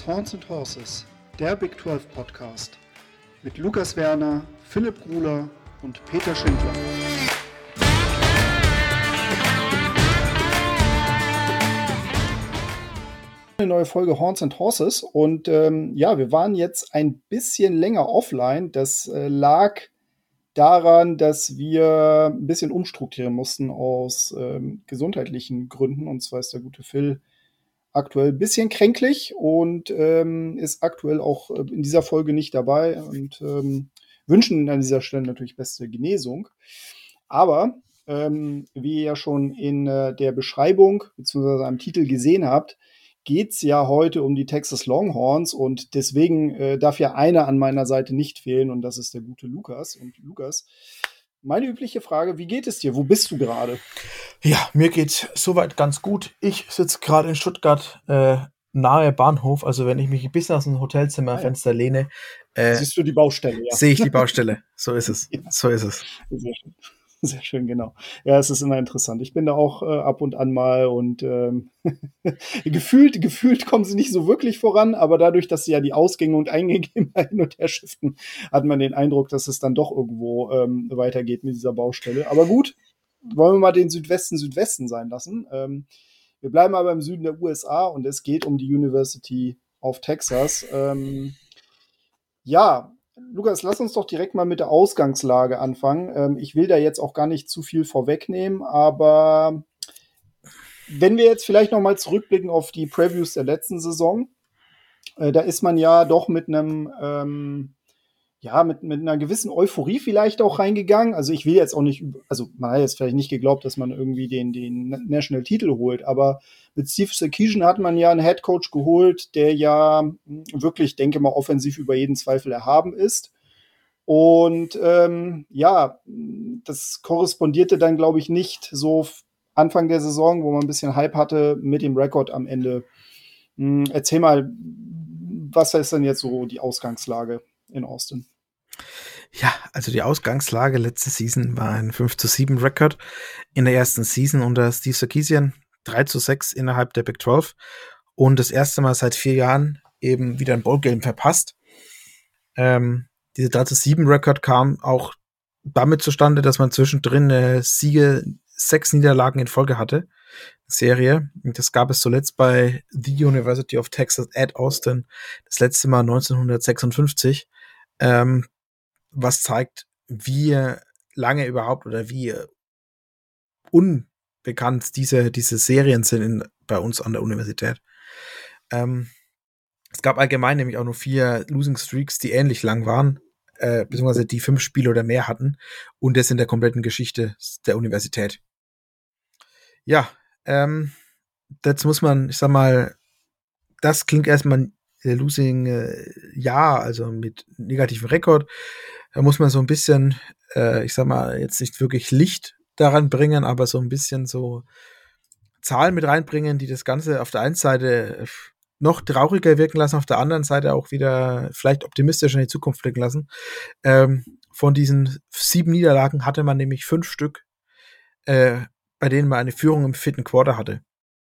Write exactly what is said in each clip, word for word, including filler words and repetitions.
Horns and Horses, der Big zwölf Podcast mit Lukas Werner, Philipp Gruler und Peter Schindler. Eine neue Folge Horns and Horses und ähm, ja, wir waren jetzt ein bisschen länger offline. Das äh, lag daran, dass wir ein bisschen umstrukturieren mussten aus ähm, gesundheitlichen Gründen. Und zwar ist der gute Phil aktuell ein bisschen kränklich und ähm, ist aktuell auch äh, in dieser Folge nicht dabei und ähm, wünschen an dieser Stelle natürlich beste Genesung. Aber ähm, wie ihr ja schon in äh, der Beschreibung bzw. am Titel gesehen habt, geht es ja heute um die Texas Longhorns und deswegen äh, darf ja einer an meiner Seite nicht fehlen und das ist der gute Lukas. Und Lukas, meine übliche Frage, wie geht es dir? Wo bist du gerade? Ja, mir geht's soweit ganz gut. Ich sitze gerade in Stuttgart äh, nahe Bahnhof, also wenn ich mich ein bisschen aus dem Hotelzimmerfenster ah, ja. lehne, äh, siehst du die Baustelle, ja. Sehe ich die Baustelle. So ist es. Ja. So ist es. Sehr schön. Sehr schön, genau. Ja, es ist immer interessant. Ich bin da auch äh, ab und an mal und ähm, gefühlt, gefühlt kommen sie nicht so wirklich voran, aber dadurch, dass sie ja die Ausgänge und Eingänge immer hin und her shiften, hat man den Eindruck, dass es dann doch irgendwo ähm, weitergeht mit dieser Baustelle. Aber gut, wollen wir mal den Südwesten Südwesten sein lassen. Ähm, wir bleiben aber im Süden der U S A und es geht um die University of Texas. Ähm, ja, Lukas, lass uns doch direkt mal mit der Ausgangslage anfangen. Ähm, ich will da jetzt auch gar nicht zu viel vorwegnehmen, aber wenn wir jetzt vielleicht noch mal zurückblicken auf die Previews der letzten Saison, äh, da ist man ja doch mit einem ähm, ja, mit, mit einer gewissen Euphorie vielleicht auch reingegangen. Also ich will jetzt auch nicht, also man hat jetzt vielleicht nicht geglaubt, dass man irgendwie den, den National-Titel holt, aber mit Steve Sarkisian hat man ja einen Headcoach geholt, der ja wirklich, denke mal, offensiv über jeden Zweifel erhaben ist. Und ähm, ja, das korrespondierte dann, glaube ich, nicht so Anfang der Saison, wo man ein bisschen Hype hatte, mit dem Rekord am Ende. Hm, erzähl mal, was ist denn jetzt so die Ausgangslage in Austin? Ja, also die Ausgangslage letzte Season war ein fünf zu sieben Rekord in der ersten Season unter Steve Sarkisian, drei zu sechs innerhalb der Big zwölf und das erste Mal seit vier Jahren eben wieder ein Bowl-Game verpasst. Ähm, diese drei zu sieben Rekord kam auch damit zustande, dass man zwischendrin äh, Siege, sechs Niederlagen in Folge hatte. Serie. Das gab es zuletzt bei The University of Texas at Austin, das letzte Mal neunzehnhundertsechsundfünfzig, ähm, was zeigt, wie lange überhaupt oder wie unbekannt diese, diese Serien sind in, bei uns an der Universität. Ähm, es gab allgemein nämlich auch nur vier Losing Streaks, die ähnlich lang waren, äh, beziehungsweise die fünf Spiele oder mehr hatten und das in der kompletten Geschichte der Universität. Ja, ähm, das muss man, ich sag mal, das klingt erstmal äh, Losing äh, ja, also mit negativem Rekord. Da muss man so ein bisschen, äh, ich sag mal, jetzt nicht wirklich Licht daran bringen, aber so ein bisschen so Zahlen mit reinbringen, die das Ganze auf der einen Seite noch trauriger wirken lassen, auf der anderen Seite auch wieder vielleicht optimistischer in die Zukunft blicken lassen. Ähm, von diesen sieben Niederlagen hatte man nämlich fünf Stück, äh, bei denen man eine Führung im vierten Quarter hatte.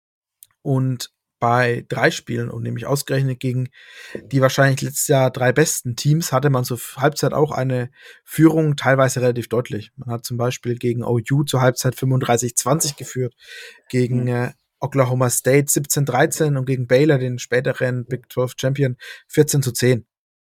Und bei drei Spielen, und nämlich ausgerechnet gegen die wahrscheinlich letztes Jahr drei besten Teams, hatte man zur Halbzeit auch eine Führung, teilweise relativ deutlich. Man hat zum Beispiel gegen O U zur Halbzeit fünfunddreißig zwanzig geführt, gegen äh, Oklahoma State siebzehn dreizehn und gegen Baylor, den späteren Big zwölf Champion, vierzehn zu zehn.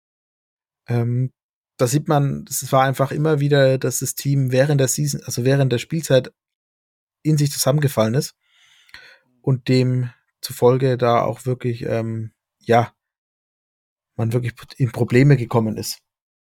Ähm, da sieht man, es war einfach immer wieder, dass das Team während der Season, also während der Spielzeit in sich zusammengefallen ist und dem zufolge da auch wirklich, ähm, ja, man wirklich in Probleme gekommen ist.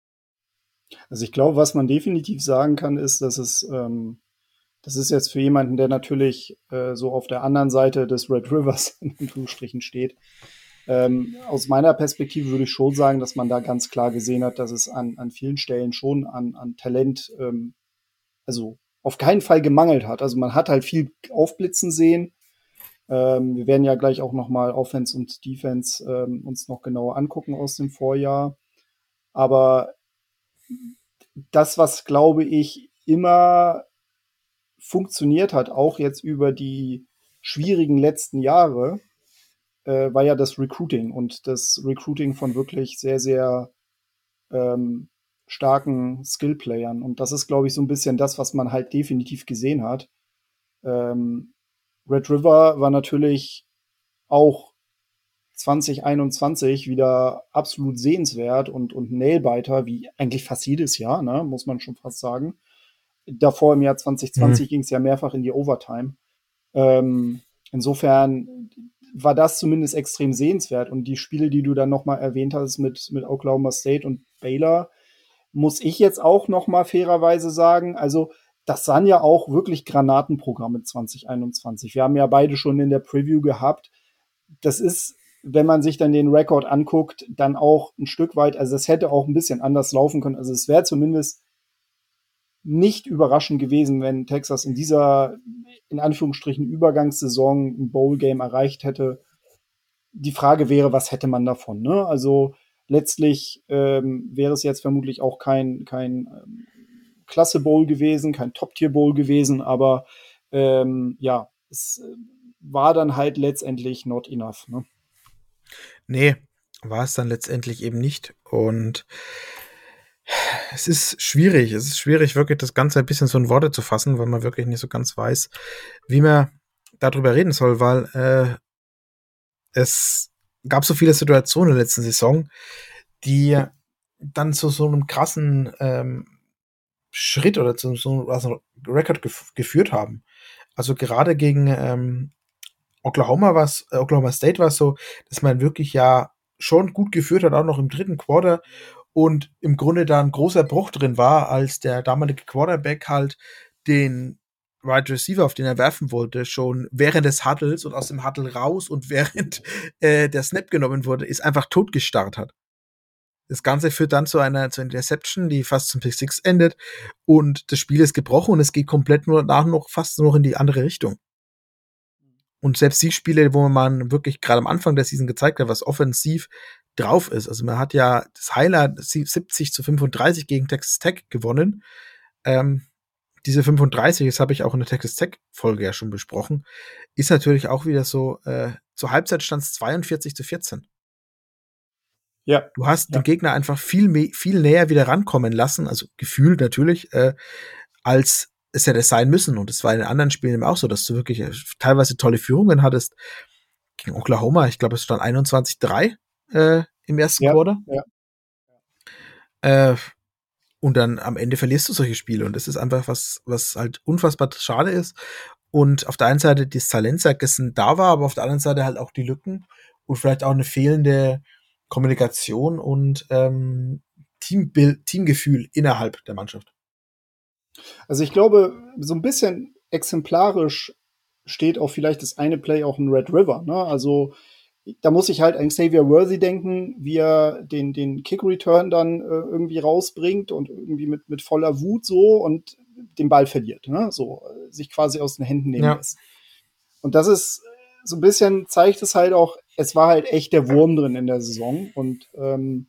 Also ich glaube, was man definitiv sagen kann, ist, dass es, ähm, das ist jetzt für jemanden, der natürlich äh, so auf der anderen Seite des Red Rivers in Anführungsstrichen steht. Ähm, aus meiner Perspektive würde ich schon sagen, dass man da ganz klar gesehen hat, dass es an, an vielen Stellen schon an, an Talent, ähm, also auf keinen Fall gemangelt hat. Also man hat halt viel aufblitzen sehen. Ähm, wir werden ja gleich auch noch mal Offense und Defense ähm, uns noch genauer angucken aus dem Vorjahr. Aber das, was, glaube ich, immer funktioniert hat, auch jetzt über die schwierigen letzten Jahre, äh, war ja das Recruiting und das Recruiting von wirklich sehr, sehr ähm, starken Skill-Playern. Und das ist, glaube ich, so ein bisschen das, was man halt definitiv gesehen hat. Ähm, Red River war natürlich auch zwanzig einundzwanzig wieder absolut sehenswert und, und Nailbiter, wie eigentlich fast jedes Jahr, ne, muss man schon fast sagen. Davor im Jahr zwanzig zwanzig Mhm. ging es ja mehrfach in die Overtime. Ähm, insofern war das zumindest extrem sehenswert. Und die Spiele, die du dann noch mal erwähnt hast mit, mit Oklahoma State und Baylor, muss ich jetzt auch noch mal fairerweise sagen, also das waren ja auch wirklich Granatenprogramme zwanzig einundzwanzig. Wir haben ja beide schon in der Preview gehabt. Das ist, wenn man sich dann den Rekord anguckt, dann auch ein Stück weit, also es hätte auch ein bisschen anders laufen können. Also es wäre zumindest nicht überraschend gewesen, wenn Texas in dieser, in Anführungsstrichen, Übergangssaison ein Bowl-Game erreicht hätte. Die Frage wäre, was hätte man davon? Ne? Also letztlich ähm, wäre es jetzt vermutlich auch kein, kein ähm, Klasse-Bowl gewesen, kein Top-Tier-Bowl gewesen, aber ähm, ja, es äh, war dann halt letztendlich not enough. Ne? Nee, war es dann letztendlich eben nicht. Und es ist schwierig. Es ist schwierig, wirklich das Ganze ein bisschen so in Worte zu fassen, weil man wirklich nicht so ganz weiß, wie man darüber reden soll, weil äh, es gab so viele Situationen in der letzten Saison, die dann zu so einem krassen ähm, Schritt oder zu so also Rekord gef geführt haben. Also gerade gegen ähm, Oklahoma war's, äh, Oklahoma State war es so, dass man wirklich ja schon gut geführt hat, auch noch im dritten Quarter und im Grunde da ein großer Bruch drin war, als der damalige Quarterback halt den Wide Receiver, auf den er werfen wollte, schon während des Huddles und aus dem Huddle raus und während äh, der Snap genommen wurde, ist einfach totgestarrt hat. Das Ganze führt dann zu einer, zu einer Interception, die fast zum Pick Six endet und das Spiel ist gebrochen und es geht komplett nur nach noch fast nur noch in die andere Richtung. Und selbst die Spiele, wo man wirklich gerade am Anfang der Season gezeigt hat, was offensiv drauf ist. Also man hat ja das Highlight siebzig zu fünfunddreißig gegen Texas Tech gewonnen. Ähm, diese fünfunddreißig, das habe ich auch in der Texas Tech Folge ja schon besprochen, ist natürlich auch wieder so, äh, zur Halbzeit stand es zweiundvierzig zu vierzehn. Ja, Du hast den ja. Gegner einfach viel, me- viel näher wieder rankommen lassen, also gefühlt natürlich, äh, als es hätte sein müssen. Und es war in den anderen Spielen eben auch so, dass du wirklich äh, teilweise tolle Führungen hattest. Gegen Oklahoma, ich glaube, es stand einundzwanzig drei äh, im ersten Ja, Quarter. ja. Äh, und dann am Ende verlierst du solche Spiele. Und das ist einfach was, was halt unfassbar schade ist. Und auf der einen Seite das Talent vergessen da war, aber auf der anderen Seite halt auch die Lücken und vielleicht auch eine fehlende Kommunikation und ähm, Teambild, Teamgefühl innerhalb der Mannschaft. Also ich glaube, so ein bisschen exemplarisch steht auch vielleicht das eine Play auch in Red River. Ne? Also da muss ich halt an Xavier Worthy denken, wie er den, den Kick-Return dann äh, irgendwie rausbringt und irgendwie mit, mit voller Wut so und den Ball verliert. Ne? So, äh, sich quasi aus den Händen nehmen Ja. lässt. Und das ist so ein bisschen, zeigt es halt auch, es war halt echt der Wurm drin in der Saison. Und ähm,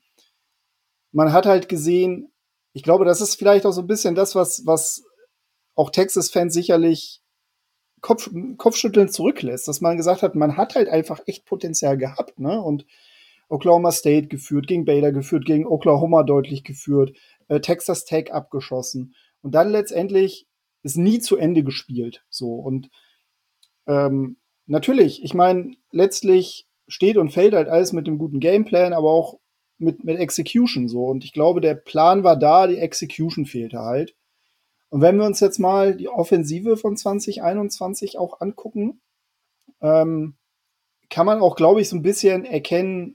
man hat halt gesehen, ich glaube, das ist vielleicht auch so ein bisschen das, was, was auch Texas-Fans sicherlich Kopf, Kopfschütteln zurücklässt, dass man gesagt hat, man hat halt einfach echt Potenzial gehabt, ne? Und Oklahoma State geführt, gegen Baylor geführt, gegen Oklahoma deutlich geführt, äh, Texas Tech abgeschossen und dann letztendlich ist nie zu Ende gespielt, so und ähm, natürlich, ich meine, letztlich steht und fällt halt alles mit dem guten Gameplan, aber auch mit, mit Execution so und ich glaube, der Plan war da, die Execution fehlte halt. Und wenn wir uns jetzt mal die Offensive von zwanzig einundzwanzig auch angucken, ähm, kann man auch, glaube ich, so ein bisschen erkennen,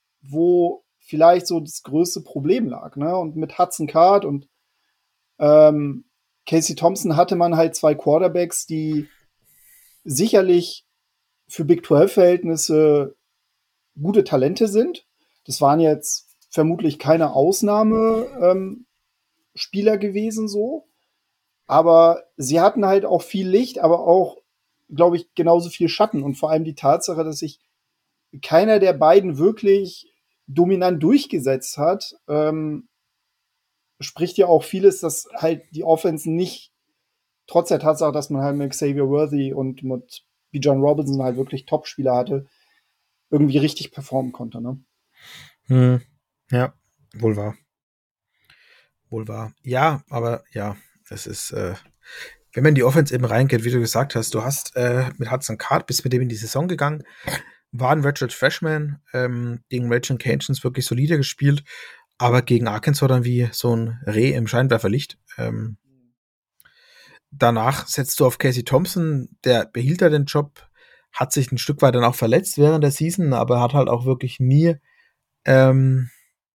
wo vielleicht so das größte Problem lag. Ne? Und mit Hudson Card und ähm, Casey Thompson hatte man halt zwei Quarterbacks, die sicherlich für Big zwölf-Verhältnisse gute Talente sind. Das waren jetzt vermutlich keine Ausnahmespieler ähm, Spieler gewesen so. Aber sie hatten halt auch viel Licht, aber auch, glaube ich, genauso viel Schatten. Und vor allem die Tatsache, dass sich keiner der beiden wirklich dominant durchgesetzt hat, ähm, spricht ja auch vieles, dass halt die Offense nicht, trotz der Tatsache, dass man halt mit Xavier Worthy und mit Bijan Robinson halt wirklich Top-Spieler hatte, irgendwie richtig performen konnte, ne? Hm. Ja, wohl wahr. Wohl wahr. Ja, aber ja, es ist, äh, wenn man in die Offense eben reingeht, wie du gesagt hast, du hast äh, mit Hudson Card, bist mit dem in die Saison gegangen, war ein Redshirt Freshman, ähm, gegen Raging Cajuns wirklich solide gespielt, aber gegen Arkansas dann wie so ein Reh im Scheinwerferlicht. Ähm, danach setzt du auf Casey Thompson, der behielt da den Job, hat sich ein Stück weit dann auch verletzt während der Season, aber hat halt auch wirklich nie ähm,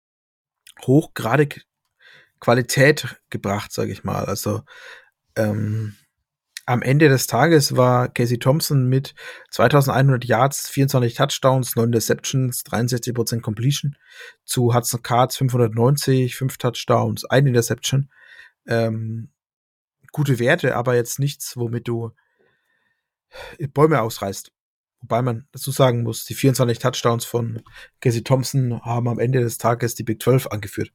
hochgradig Qualität gebracht, sage ich mal. Also ähm, am Ende des Tages war Casey Thompson mit zweitausendeinhundert Yards, vierundzwanzig Touchdowns, neun Interceptions, dreiundsechzig Prozent Completion zu Hudson Cards fünfhundertneunzig, fünf Touchdowns, ein Interception. Ähm, gute Werte, aber jetzt nichts, womit du Bäume ausreißt. Wobei man dazu sagen muss, die vierundzwanzig Touchdowns von Casey Thompson haben am Ende des Tages die Big zwölf angeführt.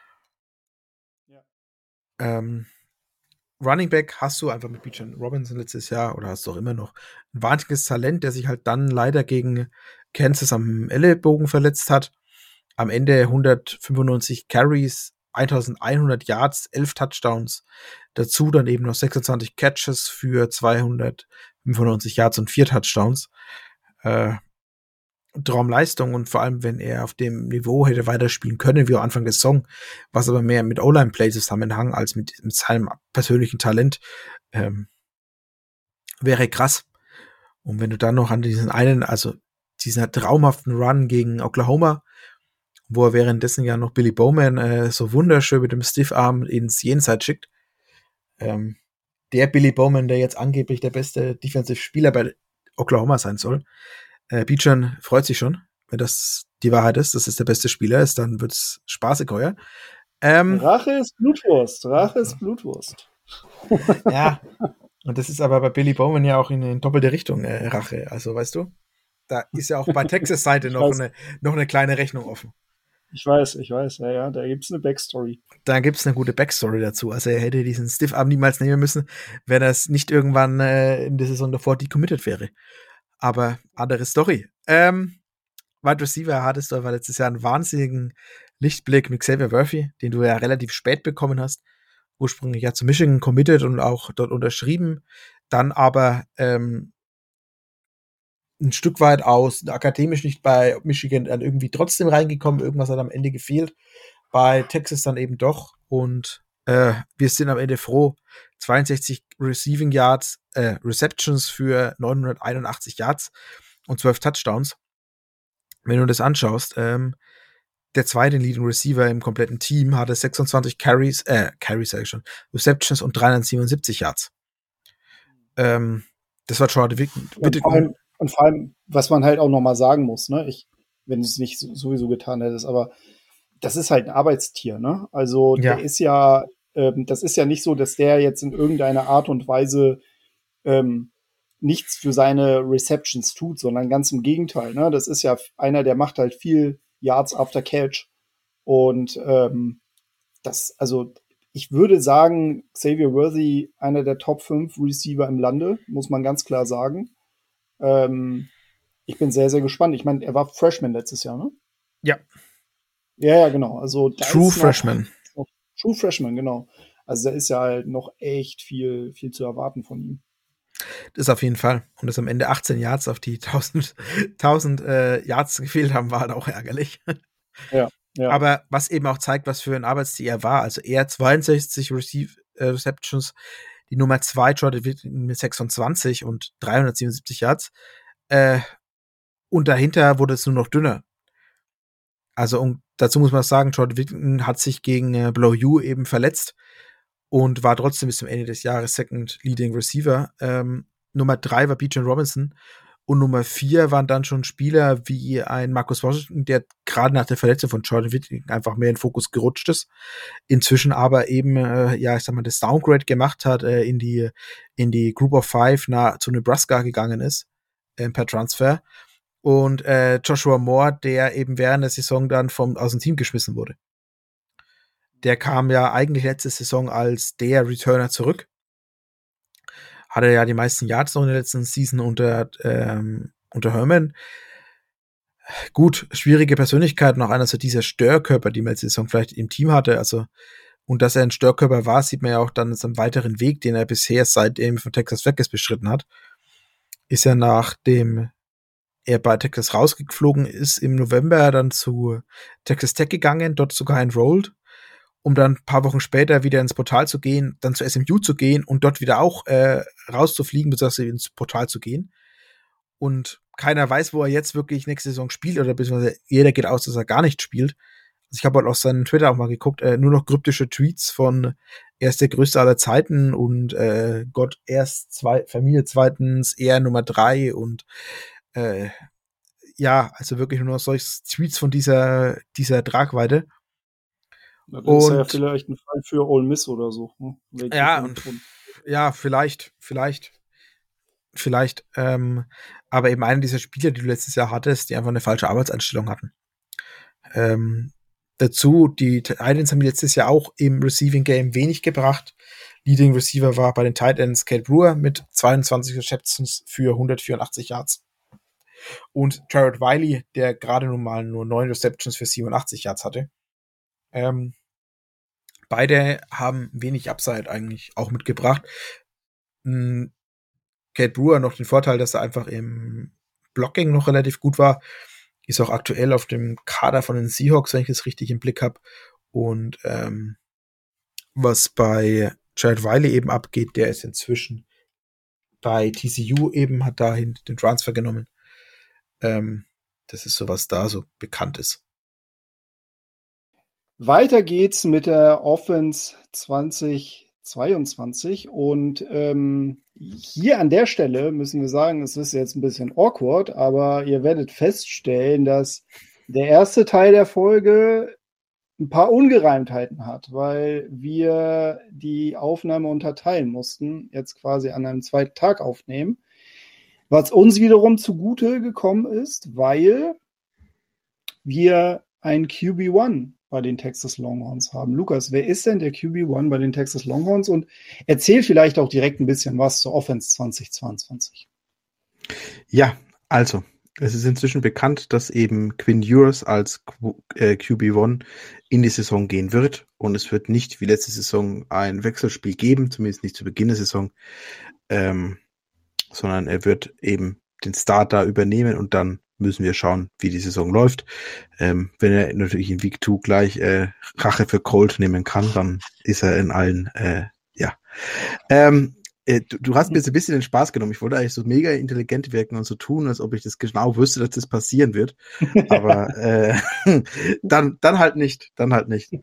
Ja. Ähm, Running Back hast du einfach mit Bijan Robinson letztes Jahr oder hast du auch immer noch ein wahnsinniges Talent, der sich halt dann leider gegen Kansas am Ellenbogen verletzt hat. Am Ende hundertfünfundneunzig Carries, elfhundert Yards, elf Touchdowns. Dazu dann eben noch sechsundzwanzig Catches für zweihundertfünfundneunzig Yards und vier Touchdowns. Äh, Traumleistung und vor allem, wenn er auf dem Niveau hätte weiterspielen können, wie am Anfang der Saison, was aber mehr mit O-Line-Play zusammenhang als mit, mit seinem persönlichen Talent, ähm, wäre krass. Und wenn du dann noch an diesen einen, also diesen traumhaften Run gegen Oklahoma, wo er währenddessen ja noch Billy Bowman äh, so wunderschön mit dem Stiffarm ins Jenseits schickt, ähm, der Billy Bowman, der jetzt angeblich der beste Defensive-Spieler bei Oklahoma sein soll, Äh, Bijan freut sich schon, wenn das die Wahrheit ist, dass es der beste Spieler ist, dann wird's spaßig heuer. Ähm, Rache ist Blutwurst. Rache ist Blutwurst. ja, und das ist aber bei Billy Bowman ja auch in, in doppelte Richtung äh, Rache. Also, weißt du, da ist ja auch bei Texas-Seite Ich noch weiß, eine, noch eine kleine Rechnung offen. ich weiß, ich weiß. Ja, ja, da gibt's eine Backstory. Da gibt's eine gute Backstory dazu. Also, er hätte diesen Stiff-Arm niemals nehmen müssen, wenn er es nicht irgendwann äh, in der Saison davor decommitted wäre. Aber andere Story. Ähm, Wide Receiver hattest du aber letztes Jahr einen wahnsinnigen Lichtblick mit Xavier Worthy, den du ja relativ spät bekommen hast. Ursprünglich ja zu Michigan committed und auch dort unterschrieben. Dann aber ähm, ein Stück weit aus, akademisch nicht bei Michigan dann irgendwie trotzdem reingekommen. Irgendwas hat am Ende gefehlt. Bei Texas dann eben doch. Und äh, wir sind am Ende froh. zweiundsechzig Receiving Yards, äh, Receptions für neunhunderteinundachtzig Yards und zwölf Touchdowns. Wenn du das anschaust, ähm, der zweite Leading Receiver im kompletten Team hatte sechsundzwanzig Carries, äh, Carries sag ich schon, Receptions und dreihundertsiebenundsiebzig Yards. Ähm, das war Jordan Und vor Whittington. allem, und vor allem, was man halt auch noch mal sagen muss, ne, ich, wenn du es nicht so- sowieso getan hättest, aber das ist halt ein Arbeitstier, ne? Also der Ja, ist ja, ähm, das ist ja nicht so, dass der jetzt in irgendeiner Art und Weise ähm, nichts für seine Receptions tut, sondern ganz im Gegenteil, ne? Das ist ja einer, der macht halt viel Yards after Catch. Und ähm, das, also ich würde sagen, Xavier Worthy, einer der Top fünf Receiver im Lande, muss man ganz klar sagen. Ähm, ich bin sehr, sehr gespannt. Ich meine, er war Freshman letztes Jahr, ne? ja, Ja, ja, genau. Also da True ist noch, Freshman. noch True Freshman, genau. Also da ist ja halt noch echt viel, viel zu erwarten von ihm. Das auf jeden Fall. Und dass am Ende achtzehn Yards auf die tausend, tausend äh, Yards gefehlt haben, war halt auch ärgerlich. Ja, ja. Aber was eben auch zeigt, was für ein Arbeitstier er war. Also er zweiundsechzig Receive, äh, Receptions, die Nummer zwei Jordan Whittington mit sechsundzwanzig und dreihundertsiebenundsiebzig Yards. Äh, und dahinter wurde es nur noch dünner. Also und dazu muss man sagen, Jordan Whittington hat sich gegen äh, Blow U eben verletzt und war trotzdem bis zum Ende des Jahres Second Leading Receiver. Ähm, Nummer drei war Bijan Robinson und Nummer vier waren dann schon Spieler wie ein Marcus Washington, der gerade nach der Verletzung von Jordan Whittington einfach mehr in den Fokus gerutscht ist. Inzwischen aber eben, äh, ja, ich sag mal, das Downgrade gemacht hat, äh, in die in die Group of Five nach, zu Nebraska gegangen ist, äh, per Transfer. Und äh, Joshua Moore, der eben während der Saison dann vom, aus dem Team geschmissen wurde. Der kam ja eigentlich letzte Saison als der Returner zurück. Hatte ja die meisten Yards noch in der letzten Season unter, ähm, unter Herman. Gut, schwierige Persönlichkeit, noch einer so dieser Störkörper, die man letzte Saison vielleicht im Team hatte, also und dass er ein Störkörper war, sieht man ja auch dann in seinem weiteren Weg, den er bisher seitdem von Texas weg ist, beschritten hat. Ist ja nachdem er bei Texas rausgeflogen ist im November dann zu Texas Tech gegangen, dort sogar enrolled, um dann ein paar Wochen später wieder ins Portal zu gehen, dann zu S M U zu gehen und dort wieder auch äh, rauszufliegen, beziehungsweise ins Portal zu gehen. Und keiner weiß, wo er jetzt wirklich nächste Saison spielt, oder beziehungsweise jeder geht aus, dass er gar nicht spielt. Also ich habe halt auf seinen Twitter auch mal geguckt, äh, nur noch kryptische Tweets von er ist der größte aller Zeiten und äh, Gott erst, zwei, Familie zweitens, er Nummer drei und äh, ja, also wirklich nur noch solche Tweets von dieser, dieser Tragweite. Ja, das ist ja vielleicht ein Fall für Ole Miss oder so. Ne? Ja, und, ja, vielleicht, vielleicht, vielleicht, ähm, aber eben einer dieser Spieler, die du letztes Jahr hattest, die einfach eine falsche Arbeitseinstellung hatten. Ähm, dazu, die Titans haben letztes Jahr auch im Receiving Game wenig gebracht. Leading Receiver war bei den Titans Cade Brewer mit zweiundzwanzig Receptions für hundertvierundachtzig Yards. Und Jared Wiley, der gerade nun mal nur neun Receptions für siebenundachtzig Yards hatte. Ähm, beide haben wenig Upside eigentlich auch mitgebracht. Hm, Cade Brewer noch den Vorteil, dass er einfach im Blocking noch relativ gut war. Ist auch aktuell auf dem Kader von den Seahawks, wenn ich das richtig im Blick habe. Und ähm, was bei Jared Wiley eben abgeht, der ist inzwischen bei T C U eben, hat dahin den Transfer genommen. Ähm, das ist so, was da so bekannt ist. Weiter geht's mit der Offense zwanzig zweiundzwanzig und ähm, hier an der Stelle müssen wir sagen, es ist jetzt ein bisschen awkward, aber ihr werdet feststellen, dass der erste Teil der Folge ein paar Ungereimtheiten hat, weil wir die Aufnahme unterteilen mussten, jetzt quasi an einem zweiten Tag aufnehmen, was uns wiederum zugute gekommen ist, weil wir ein Q B eins bei den Texas Longhorns haben. Lukas, wer ist denn der Q B eins bei den Texas Longhorns? Und erzähl vielleicht auch direkt ein bisschen was zur Offense zwanzig zweiundzwanzig. Ja, also, es ist inzwischen bekannt, dass eben Quinn Ewers als äh, Q B eins in die Saison gehen wird. Und es wird nicht wie letzte Saison ein Wechselspiel geben, zumindest nicht zu Beginn der Saison, ähm, sondern er wird eben den Starter übernehmen und dann müssen wir schauen, wie die Saison läuft. Ähm, wenn er natürlich in Week zwei gleich äh, Rache für Colt nehmen kann, dann ist er in allen, äh, ja. Ähm, äh, du, du hast mir jetzt ein bisschen den Spaß genommen. Ich wollte eigentlich so mega intelligent wirken und so tun, als ob ich das genau wüsste, dass das passieren wird. Aber äh, dann, dann halt nicht. Dann halt nicht.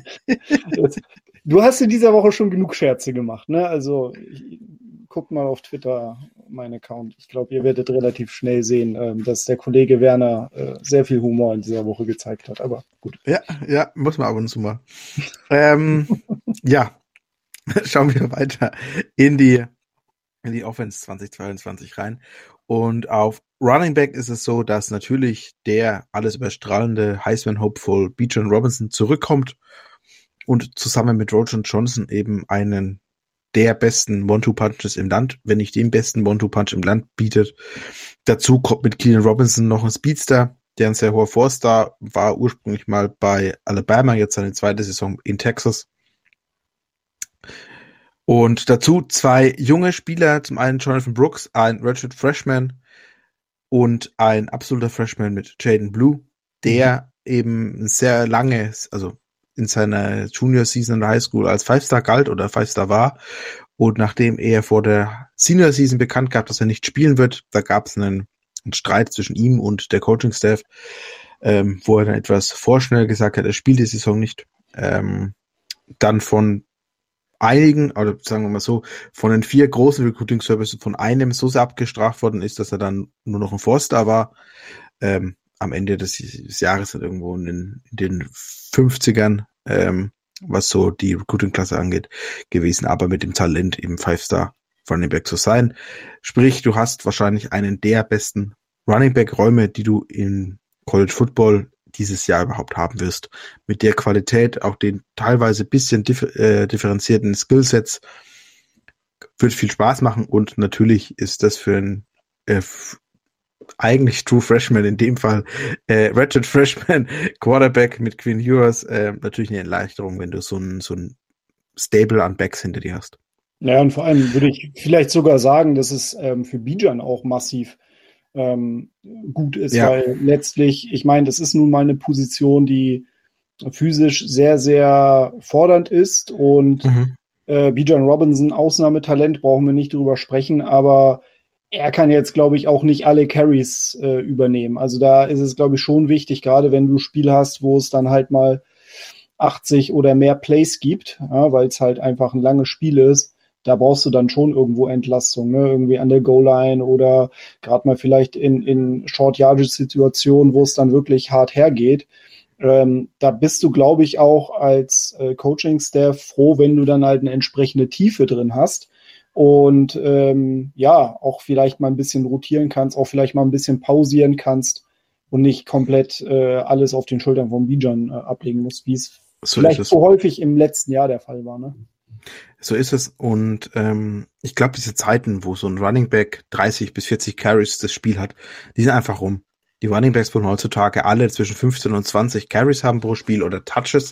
Du hast in dieser Woche schon genug Scherze gemacht, ne? Also ich, guckt mal auf Twitter mein Account. Ich glaube, ihr werdet relativ schnell sehen, ähm, dass der Kollege Werner äh, sehr viel Humor in dieser Woche gezeigt hat. Aber gut. Ja, ja, muss man ab und zu mal. ähm, ja, schauen wir weiter in die in die Offense zwanzig zweiundzwanzig rein. Und auf Running Back ist es so, dass natürlich der alles überstrahlende Heisman-Hopeful Bijan Robinson zurückkommt und zusammen mit Rojan Johnson eben einen der besten One-Two-Punches im Land, wenn nicht den besten One-Two-Punch im Land bietet. Dazu kommt mit Cleveland Robinson noch ein Speedster, der ein sehr hoher Four-Star war, ursprünglich mal bei Alabama, jetzt seine zweite Saison in Texas. Und dazu zwei junge Spieler, zum einen Jonathan Brooks, ein Redshirt Freshman und ein absoluter Freshman mit Jaden Blue, der mhm. eben sehr lange, also in seiner Junior Season in der High School als Five-Star galt oder Five-Star war. Und nachdem er vor der Senior Season bekannt gab, dass er nicht spielen wird, da gab es einen, einen Streit zwischen ihm und der Coaching-Staff, ähm, wo er dann etwas vorschnell gesagt hat, er spielt die Saison nicht. Ähm, dann von einigen, oder sagen wir mal so, von den vier großen Recruiting-Services von einem so sehr abgestraft worden ist, dass er dann nur noch ein Four-Star war. Ähm, am Ende des, des Jahres halt irgendwo in den, in den fünfzigern, ähm, was so die Recruiting-Klasse angeht, gewesen, aber mit dem Talent eben Five-Star Running Back zu sein. Sprich, du hast wahrscheinlich einen der besten Running Back-Räume, die du in College Football dieses Jahr überhaupt haben wirst. Mit der Qualität, auch den teilweise bisschen dif- äh, differenzierten Skillsets, wird viel Spaß machen und natürlich ist das für ein äh, eigentlich True Freshman, in dem Fall äh, Ratchet Freshman Quarterback mit Quinn Ewers, äh, natürlich eine Erleichterung, wenn du so ein, so ein Stable an Backs hinter dir hast. Ja, und vor allem würde ich vielleicht sogar sagen, dass es ähm, für Bijan auch massiv ähm, gut ist, Ja. weil letztlich, ich meine, das ist nun mal eine Position, die physisch sehr, sehr fordernd ist und Mhm. äh, Bijan Robinson, Ausnahmetalent, brauchen wir nicht drüber sprechen, aber er kann jetzt, glaube ich, auch nicht alle Carries äh, übernehmen. Also da ist es, glaube ich, schon wichtig, gerade wenn du ein Spiel hast, wo es dann halt mal achtzig oder mehr Plays gibt, ja, weil es halt einfach ein langes Spiel ist, da brauchst du dann schon irgendwo Entlastung, ne? Irgendwie an der Goal-Line oder gerade mal vielleicht in, in Short-Yardage-Situationen, wo es dann wirklich hart hergeht. Ähm, da bist du, glaube ich, auch als äh, Coaching-Staff froh, wenn du dann halt eine entsprechende Tiefe drin hast und ähm, ja, auch vielleicht mal ein bisschen rotieren kannst, auch vielleicht mal ein bisschen pausieren kannst und nicht komplett äh, alles auf den Schultern von Bijan äh, ablegen musst, wie es So vielleicht ist es. so häufig im letzten Jahr der Fall war. Ne? So ist es. Und ähm, ich glaube, diese Zeiten, wo so ein Running Back dreißig bis vierzig Carries das Spiel hat, die sind einfach rum. Die Running Backs wollen heutzutage alle zwischen fünfzehn und zwanzig Carries haben pro Spiel oder Touches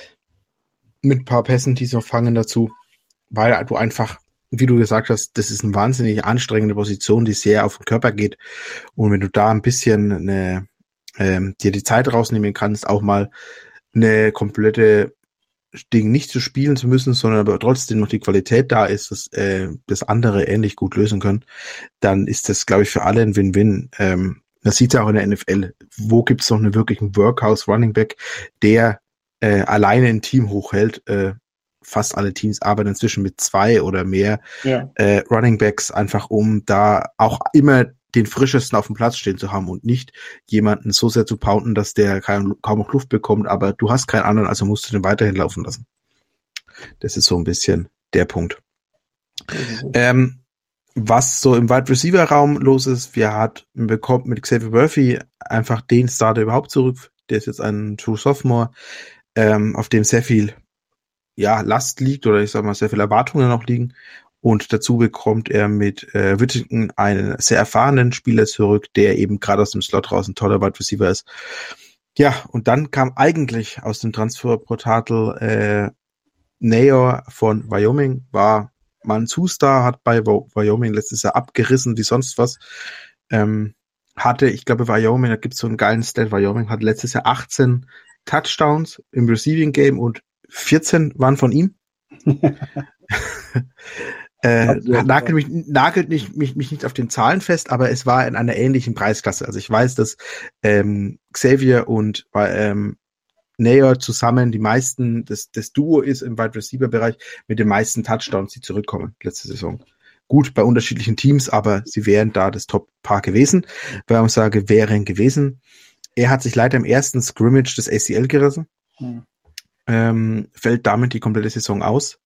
mit ein paar Pässen, die sie noch fangen dazu, weil du einfach, wie du gesagt hast, das ist eine wahnsinnig anstrengende Position, die sehr auf den Körper geht. Und wenn du da ein bisschen eine, ähm, dir die Zeit rausnehmen kannst, auch mal eine komplette Ding nicht zu spielen zu müssen, sondern aber trotzdem noch die Qualität da ist, dass äh, das andere ähnlich gut lösen können, dann ist das, glaube ich, für alle ein Win-Win. Ähm, das sieht ja auch in der N F L. Wo gibt's noch einen wirklichen Workhouse-Running-Back, der äh, alleine ein Team hochhält? Äh, fast alle Teams arbeiten inzwischen mit zwei oder mehr Ja. äh, Running-Backs, einfach um da auch immer den frischesten auf dem Platz stehen zu haben und nicht jemanden so sehr zu pounden, dass der kaum, kaum noch Luft bekommt, aber du hast keinen anderen, also musst du den weiterhin laufen lassen. Das ist so ein bisschen der Punkt. Mhm. Ähm, was so im Wide Receiver Raum los ist, wir hat bekommt mit Xavier Murphy einfach den Starter überhaupt zurück. Der ist jetzt ein True Sophomore, ähm, auf dem sehr viel ja Last liegt oder ich sag mal sehr viel Erwartungen noch liegen. Und dazu bekommt er mit äh, Whittington einen sehr erfahrenen Spieler zurück, der eben gerade aus dem Slot raus ein toller Wide Receiver ist. Ja, und dann kam eigentlich aus dem Transferportal äh, Nayor von Wyoming, war mal ein Zustar, hat bei Wyoming letztes Jahr abgerissen wie sonst was. Ähm, hatte, ich glaube, Wyoming, da gibt es so einen geilen Stat, Wyoming hat letztes Jahr achtzehn Touchdowns im Receiving Game und vierzehn waren von ihm. Äh, nagelt mich, nagelt nicht, mich, mich nicht auf den Zahlen fest, aber es war in einer ähnlichen Preisklasse. Also ich weiß, dass ähm, Xavier und ähm, Nayor zusammen die meisten, das, das Duo ist im Wide Receiver Bereich mit den meisten Touchdowns, die zurückkommen letzte Saison. Gut, bei unterschiedlichen Teams, aber sie wären da das Top-Paar gewesen. Weil ich sage, wären gewesen. Er hat sich leider im ersten Scrimmage das A C L gerissen. Hm. Ähm, fällt damit die komplette Saison aus.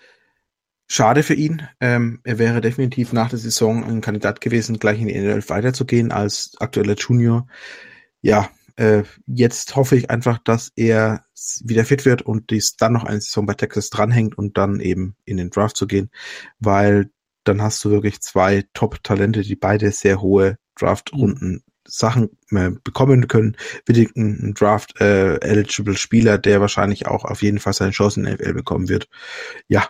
Schade für ihn. Ähm, er wäre definitiv nach der Saison ein Kandidat gewesen, gleich in die N F L weiterzugehen als aktueller Junior. Ja, äh, jetzt hoffe ich einfach, dass er wieder fit wird und dies dann noch eine Saison bei Texas dranhängt und dann eben in den Draft zu gehen, weil dann hast du wirklich zwei Top-Talente, die beide sehr hohe Draft-Runden Sachen äh, bekommen können. Whittington, ein Draft-eligible äh, Spieler, der wahrscheinlich auch auf jeden Fall seine Chance in der N F L bekommen wird. Ja,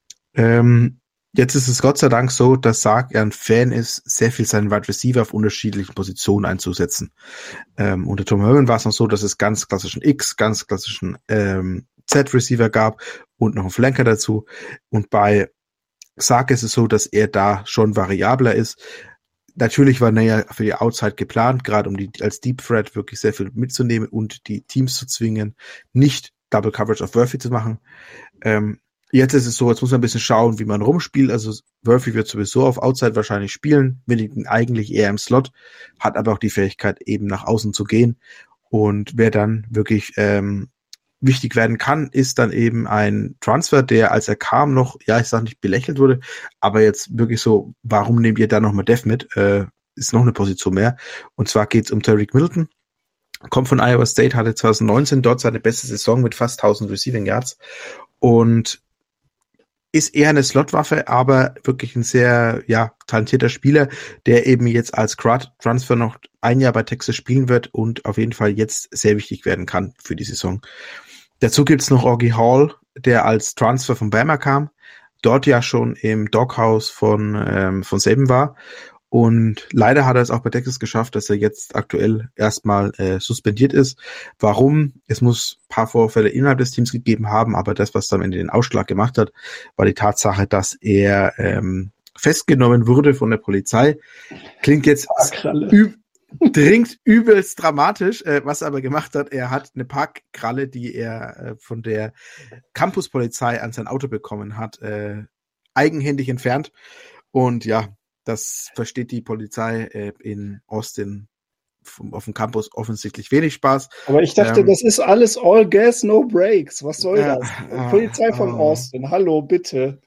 Ähm, jetzt ist es Gott sei Dank so, dass Sark ja ein Fan ist, sehr viel seinen Wide Receiver auf unterschiedlichen Positionen einzusetzen. Ähm, unter Tom Herman war es noch so, dass es ganz klassischen X, ganz klassischen ähm, Z-Receiver gab und noch einen Flanker dazu. Und bei Sark ist es so, dass er da schon variabler ist. Natürlich war er für die Outside geplant, gerade um die als Deep Threat wirklich sehr viel mitzunehmen und die Teams zu zwingen, nicht Double Coverage auf Murphy zu machen. Ähm, Jetzt ist es so, jetzt muss man ein bisschen schauen, wie man rumspielt. Also Murphy wird sowieso auf Outside wahrscheinlich spielen, Whittington eigentlich eher im Slot, hat aber auch die Fähigkeit, eben nach außen zu gehen. Und wer dann wirklich ähm, wichtig werden kann, ist dann eben ein Transfer, der, als er kam, noch, ja, ich sag nicht belächelt wurde, aber jetzt wirklich so, warum nehmt ihr da nochmal Dev mit? Äh, ist noch eine Position mehr. Und zwar geht's um Tariq Milton. Kommt von Iowa State, hatte zwanzig neunzehn dort seine beste Saison mit fast tausend Receiving Yards. Und ist eher eine Slotwaffe, aber wirklich ein sehr, ja, talentierter Spieler, der eben jetzt als Grad-Transfer noch ein Jahr bei Texas spielen wird und auf jeden Fall jetzt sehr wichtig werden kann für die Saison. Dazu gibt's noch Augie Hall, der als Transfer von Bama kam, dort ja schon im Doghouse von, ähm, von Saban war. Und leider hat er es auch bei Texas geschafft, dass er jetzt aktuell erstmal äh, suspendiert ist. Warum? Es muss ein paar Vorfälle innerhalb des Teams gegeben haben, aber das, was am Ende den Ausschlag gemacht hat, war die Tatsache, dass er ähm, festgenommen wurde von der Polizei. Klingt jetzt üb- dringend übelst dramatisch, äh, was er aber gemacht hat, er hat eine Parkkralle, die er äh, von der Campuspolizei an sein Auto bekommen hat, äh, eigenhändig entfernt. Und ja, das versteht die Polizei äh, in Austin vom, auf dem Campus offensichtlich wenig Spaß. Aber ich dachte, ähm, das ist alles all gas, no breaks. Was soll äh, das? Äh, Polizei von äh, Austin, hallo, bitte.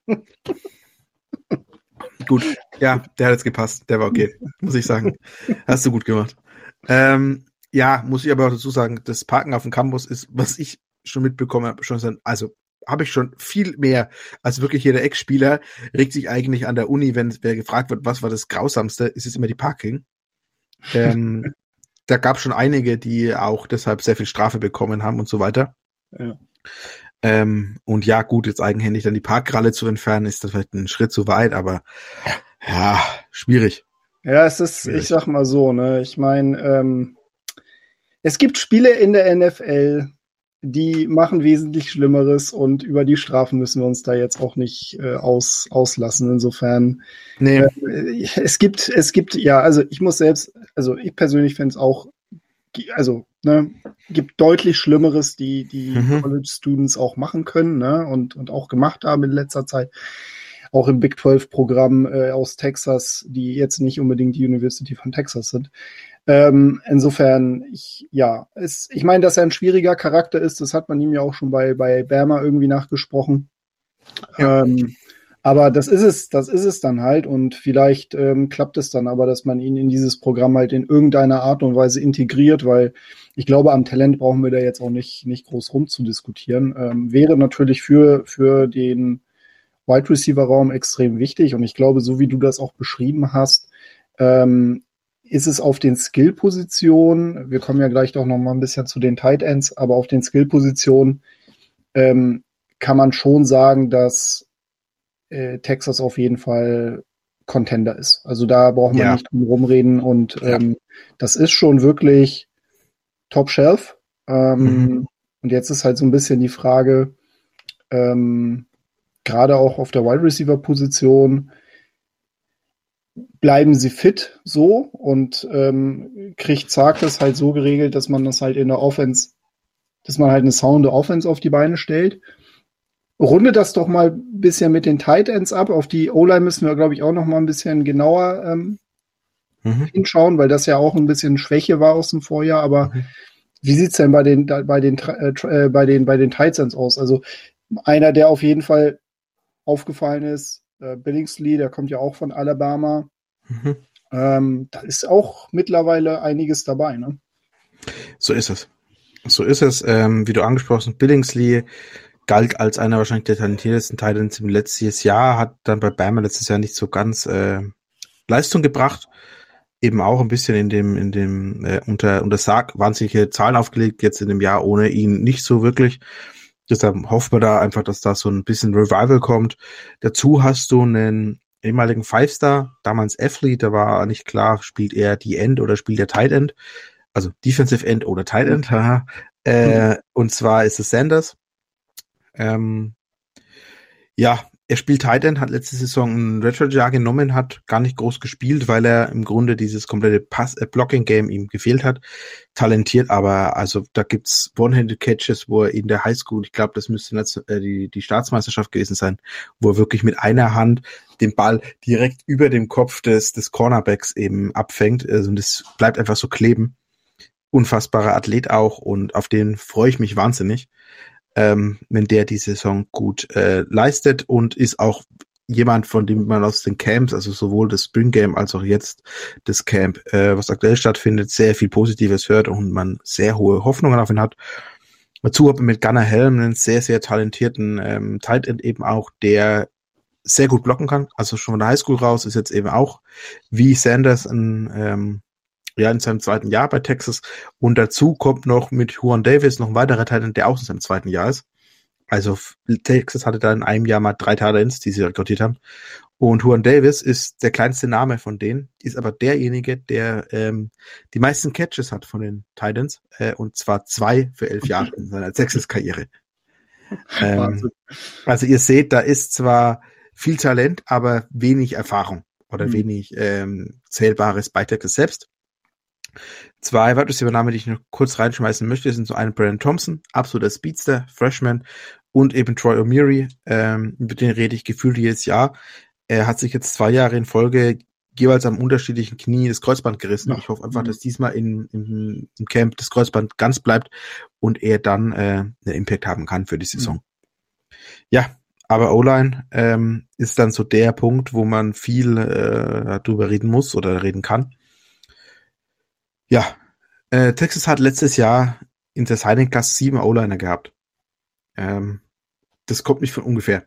Gut, ja, der hat jetzt gepasst. Der war okay, muss ich sagen. Hast du gut gemacht. Ähm, ja, muss ich aber auch dazu sagen, das Parken auf dem Campus ist, was ich schon mitbekommen habe, schon so, also habe ich schon viel mehr als wirklich jeder Ex-Spieler, regt sich eigentlich an der Uni, wenn wer gefragt wird, was war das Grausamste, ist es immer die Parking. Ähm, da gab es schon einige, die auch deshalb sehr viel Strafe bekommen haben und so weiter. Ja. Ähm, und ja, gut, jetzt eigenhändig dann die Parkkralle zu entfernen, ist das vielleicht ein Schritt zu weit, aber ja, schwierig. Ja, es ist, schwierig. Ich sag mal so, ne, ich meine, ähm, es gibt Spiele in der N F L, die machen wesentlich Schlimmeres und über die Strafen müssen wir uns da jetzt auch nicht äh, aus, auslassen. Insofern, nee. äh, es gibt, es gibt, ja, also ich muss selbst, also ich persönlich fände es auch, also, ne, gibt deutlich Schlimmeres, die die mhm. College-Students auch machen können, ne, und, und auch gemacht haben in letzter Zeit. Auch im Big zwölf-Programm äh, aus Texas, die jetzt nicht unbedingt die University von Texas sind. Ähm, insofern, ich, ja, es, ich meine, dass er ein schwieriger Charakter ist, das hat man ihm ja auch schon bei, bei Bama irgendwie nachgesprochen. Ja. Ähm, aber das ist es, das ist es dann halt und vielleicht ähm, klappt es dann aber, dass man ihn in dieses Programm halt in irgendeiner Art und Weise integriert, weil ich glaube, am Talent brauchen wir da jetzt auch nicht, nicht groß rumzudiskutieren. Ähm, wäre natürlich für, für den Wide Receiver Raum extrem wichtig und ich glaube, so wie du das auch beschrieben hast, ähm, ist es auf den Skill-Positionen, wir kommen ja gleich doch noch mal ein bisschen zu den Tight Ends, aber auf den Skill-Positionen ähm, kann man schon sagen, dass äh, Texas auf jeden Fall Contender ist. Also da brauchen wir ja. nicht drum rumreden und ähm, ja. das ist schon wirklich Top Shelf. Ähm, mhm. Und jetzt ist halt so ein bisschen die Frage, ähm, gerade auch auf der Wide Receiver Position, bleiben sie fit so und ähm, kriegt Zark das halt so geregelt, dass man das halt in der Offense, dass man halt eine sounde Offense auf die Beine stellt. Runde das doch mal ein bisschen mit den Tight Ends ab. Auf die O-Line müssen wir, glaube ich, auch noch mal ein bisschen genauer ähm, mhm. hinschauen, weil das ja auch ein bisschen Schwäche war aus dem Vorjahr. Aber mhm. wie sieht's denn bei den bei den äh, bei den bei den Tight Ends aus? Also einer, der auf jeden Fall aufgefallen ist, Billingsley, der kommt ja auch von Alabama. Mhm. Ähm, da ist auch mittlerweile einiges dabei, ne? So ist es. So ist es. Ähm, wie du angesprochen hast, Billingsley galt als einer wahrscheinlich der talentiertesten Tight Ends im letzten Jahr, hat dann bei Bama letztes Jahr nicht so ganz äh, Leistung gebracht. Eben auch ein bisschen in dem, in dem äh, unter, unter Sark wahnsinnige Zahlen aufgelegt, jetzt in dem Jahr ohne ihn nicht so wirklich. Deshalb hoffen wir da einfach, dass da so ein bisschen Revival kommt. Dazu hast du einen ehemaligen Five-Star, damals Athlete, da war nicht klar, spielt er die End oder spielt er Tight End. Also Defensive End oder Tight End. Haha. äh, und zwar ist es Sanders. Ähm, ja, er spielt Tight End, hat letzte Saison ein Retro-Jahr genommen, hat gar nicht groß gespielt, weil er im Grunde dieses komplette Pass-Blocking-Game ihm gefehlt hat. Talentiert, aber also da gibt's One-Handed-Catches, wo er in der Highschool, ich glaube, das müsste jetzt, äh, die, die Staatsmeisterschaft gewesen sein, wo er wirklich mit einer Hand den Ball direkt über dem Kopf des, des Cornerbacks eben abfängt. Also das bleibt einfach so kleben. Unfassbarer Athlet auch und auf den freue ich mich wahnsinnig. Ähm, wenn der die Saison gut äh, leistet und ist auch jemand, von dem man aus den Camps, also sowohl das Spring Game als auch jetzt das Camp, äh, was aktuell stattfindet, sehr viel Positives hört und man sehr hohe Hoffnungen auf ihn hat. Dazu hat man mit Gunnar Helm einen sehr, sehr talentierten ähm, Tight End eben auch, der sehr gut blocken kann. Also schon von der Highschool raus ist jetzt eben auch wie Sanders ein, ähm, ja, in seinem zweiten Jahr bei Texas. Und dazu kommt noch mit Juan Davis noch ein weiterer Tight End, der auch in seinem zweiten Jahr ist. Also Texas hatte da in einem Jahr mal drei Tight Ends, die sie rekrutiert haben. Und Juan Davis ist der kleinste Name von denen, ist aber derjenige, der ähm, die meisten Catches hat von den Titans, äh, und zwar zwei für elf Jahre in seiner Texas-Karriere. ähm, also ihr seht, da ist zwar viel Talent, aber wenig Erfahrung oder mhm. wenig ähm, Zählbares bei Texas selbst. Zwei weitere Namen, die ich noch kurz reinschmeißen möchte, sind so einen Brandon Thompson, absoluter Speedster, Freshman, und eben Troy O'Meary, ähm, mit denen rede ich gefühlt jedes Jahr. Er hat sich jetzt zwei Jahre in Folge jeweils am unterschiedlichen Knie das Kreuzband gerissen. Ja. Ich hoffe einfach, dass diesmal in, in, im Camp das Kreuzband ganz bleibt und er dann äh, einen Impact haben kann für die Saison. Mhm. Ja, aber O-Line ähm, ist dann so der Punkt, wo man viel äh, drüber reden muss oder reden kann. Ja, äh, Texas hat letztes Jahr in der Signing-Class sieben O-Liner gehabt. Ähm, das kommt nicht von ungefähr.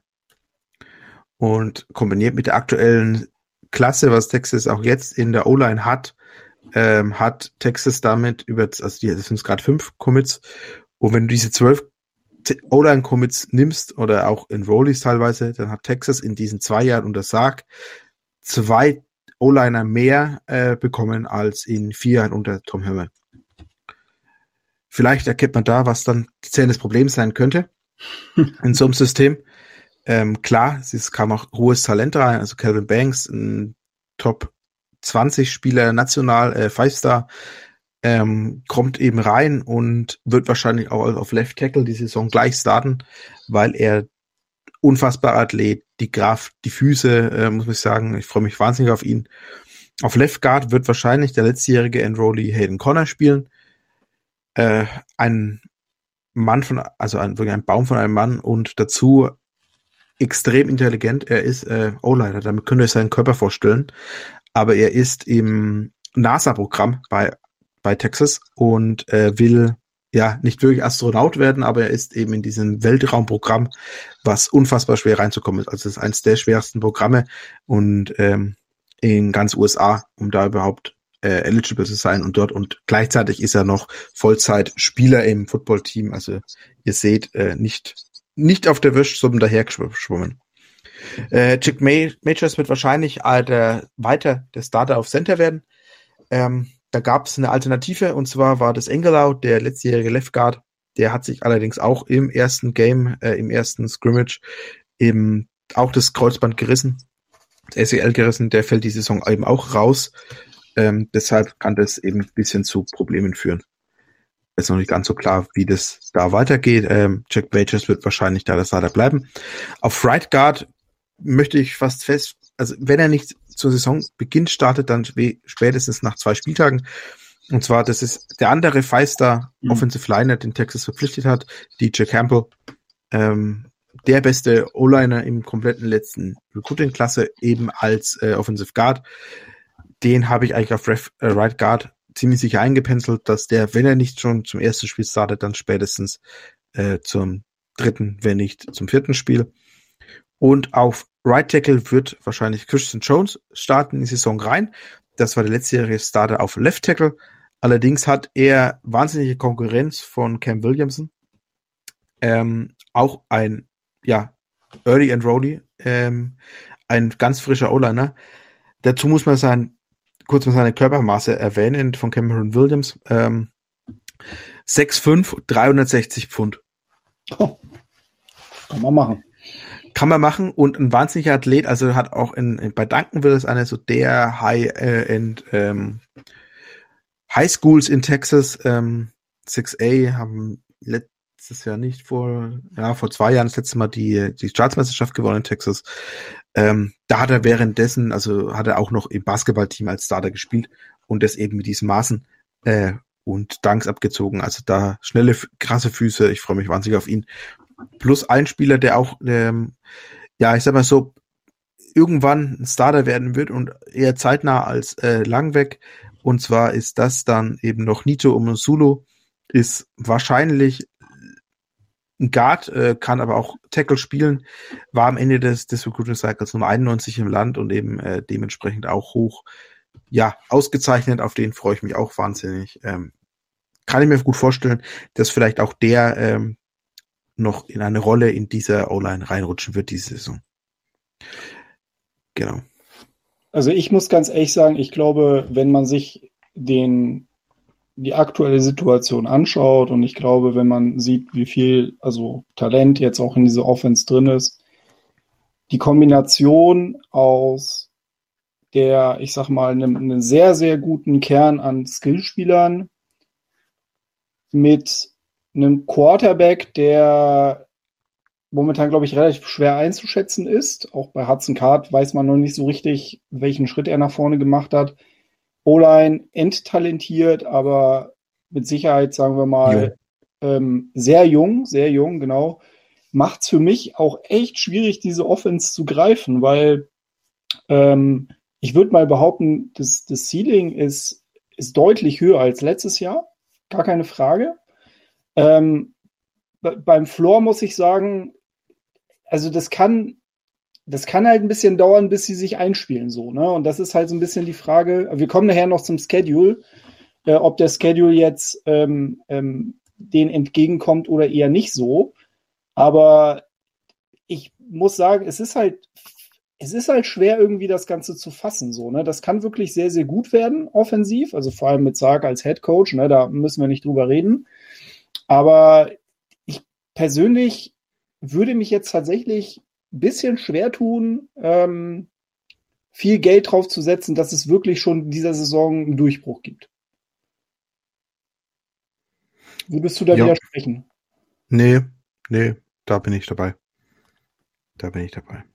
Und kombiniert mit der aktuellen Klasse, was Texas auch jetzt in der O-Line hat, ähm, hat Texas damit über, also die, das sind gerade fünf Commits. Und wenn du diese zwölf O-Line-Commits nimmst oder auch Enrollees teilweise, dann hat Texas in diesen zwei Jahren unter Sark zwei O-Liner mehr äh, bekommen als in vier Jahren unter Tom Herman. Vielleicht erkennt man da, was dann das Problem sein könnte in so einem System. Ähm, klar, es kam auch hohes Talent rein, also Calvin Banks, ein Top zwanzig Spieler national, äh, Five-Star, ähm, kommt eben rein und wird wahrscheinlich auch auf Left Tackle die Saison gleich starten, weil er unfassbar Athlet, die Kraft, die Füße, äh, muss ich sagen, ich freue mich wahnsinnig auf ihn. Auf Left Guard wird wahrscheinlich der letztjährige Enrollee Hayden Connor spielen. Äh, ein Mann von, also ein, wirklich ein Baum von einem Mann und dazu extrem intelligent. Er ist äh, O-Liner, damit könnt ihr euch seinen Körper vorstellen. Aber er ist im NASA-Programm bei, bei Texas und äh, will ja nicht wirklich Astronaut werden, aber er ist eben in diesem Weltraumprogramm, was unfassbar schwer reinzukommen ist. Also es ist eines der schwersten Programme und ähm, in ganz U S A, um da überhaupt äh, eligible zu sein und dort und gleichzeitig ist er noch Vollzeit-Spieler im Football-Team. Also ihr seht, äh, nicht nicht auf der Wischsuppe daher geschwommen. Äh, Chick May- Majors wird wahrscheinlich äh, der, weiter der Starter auf Center werden. Ähm, da gab es eine Alternative und zwar war das Engelau, der letztjährige Left Guard. Der hat sich allerdings auch im ersten Game, äh, im ersten Scrimmage eben auch das Kreuzband gerissen, das A C L gerissen. Der fällt die Saison eben auch raus. Ähm, deshalb kann das eben ein bisschen zu Problemen führen. Ist noch nicht ganz so klar, wie das da weitergeht. Ähm, Jack Majors wird wahrscheinlich da der Starter bleiben. Auf Right Guard möchte ich fast fest, also wenn er nicht zur Saisonbeginn startet, dann spätestens nach zwei Spieltagen. Und zwar, das ist der andere Five-Star mhm. Offensive Liner, den Texas verpflichtet hat, D J Campbell. Ähm, der beste O-Liner im kompletten letzten Recruiting-Klasse, eben als äh, Offensive Guard. Den habe ich eigentlich auf Ref, äh, Right Guard ziemlich sicher eingepenzelt, dass der, wenn er nicht schon zum ersten Spiel startet, dann spätestens äh, zum dritten, wenn nicht zum vierten Spiel. Und auf Right Tackle wird wahrscheinlich Christian Jones starten in die Saison rein. Das war der letztjährige Starter auf Left Tackle. Allerdings hat er wahnsinnige Konkurrenz von Cam Williamson. Ähm, auch ein, ja, Early Enrollee, ähm, ein ganz frischer O-Liner. Dazu muss man sein, kurz mal seine Körpermaße erwähnen von Cameron Williams. Ähm, sechs Komma fünf, dreihundertsechzig Pfund. Oh, kann man machen. Kann man machen und ein wahnsinniger Athlet, also hat auch in, in bei Duncanville ist eine so der High-End ähm, High Schools in Texas. Ähm, sechs A haben letztes Jahr nicht vor, ja, vor zwei Jahren das letzte Mal die, die Staatsmeisterschaft gewonnen in Texas. Ähm, da hat er währenddessen, also hat er auch noch im Basketballteam als Starter gespielt und das eben mit diesen Maßen äh, und Dunks abgezogen. Also da schnelle, krasse Füße. Ich freue mich wahnsinnig auf ihn. Plus ein Spieler, der auch, ähm, ja, ich sag mal so, irgendwann ein Starter werden wird und eher zeitnah als äh, lang weg. Und zwar ist das dann eben noch Nito Omosulu, ist wahrscheinlich ein Guard, äh, kann aber auch Tackle spielen, war am Ende des, des Recruiting Cycles Nummer einundneunzig im Land und eben äh, dementsprechend auch hoch, ja, ausgezeichnet. Auf den freue ich mich auch wahnsinnig. Ähm, kann ich mir gut vorstellen, dass vielleicht auch der ähm, noch in eine Rolle in dieser O-Line reinrutschen wird diese Saison. Genau. Also ich muss ganz ehrlich sagen, ich glaube, wenn man sich den die aktuelle Situation anschaut und ich glaube, wenn man sieht, wie viel also Talent jetzt auch in dieser Offense drin ist, die Kombination aus der, ich sag mal, einem, einem sehr, sehr guten Kern an Skillspielern mit einem Quarterback, der momentan, glaube ich, relativ schwer einzuschätzen ist. Auch bei Hudson Card weiß man noch nicht so richtig, welchen Schritt er nach vorne gemacht hat. O-Line enttalentiert, aber mit Sicherheit, sagen wir mal, ähm, sehr jung, sehr jung, genau. Macht es für mich auch echt schwierig, diese Offense zu greifen, weil ähm, ich würde mal behaupten, das, das Ceiling ist, ist deutlich höher als letztes Jahr. Gar keine Frage. Ähm, be- beim Floor muss ich sagen, also das kann, das kann halt ein bisschen dauern, bis sie sich einspielen, so, ne? Und das ist halt so ein bisschen die Frage. Wir kommen nachher noch zum Schedule, äh, ob der Schedule jetzt ähm, ähm, denen entgegenkommt oder eher nicht so. Aber ich muss sagen, es ist halt, es ist halt schwer, irgendwie das Ganze zu fassen, so, ne? Das kann wirklich sehr, sehr gut werden, offensiv, also vor allem mit Sark als Head Coach, ne? Da müssen wir nicht drüber reden. Aber ich persönlich würde mich jetzt tatsächlich ein bisschen schwer tun, ähm, viel Geld drauf zu setzen, dass es wirklich schon in dieser Saison einen Durchbruch gibt. Würdest du da Ja. widersprechen? Nee, nee, da bin ich dabei. Da bin ich dabei.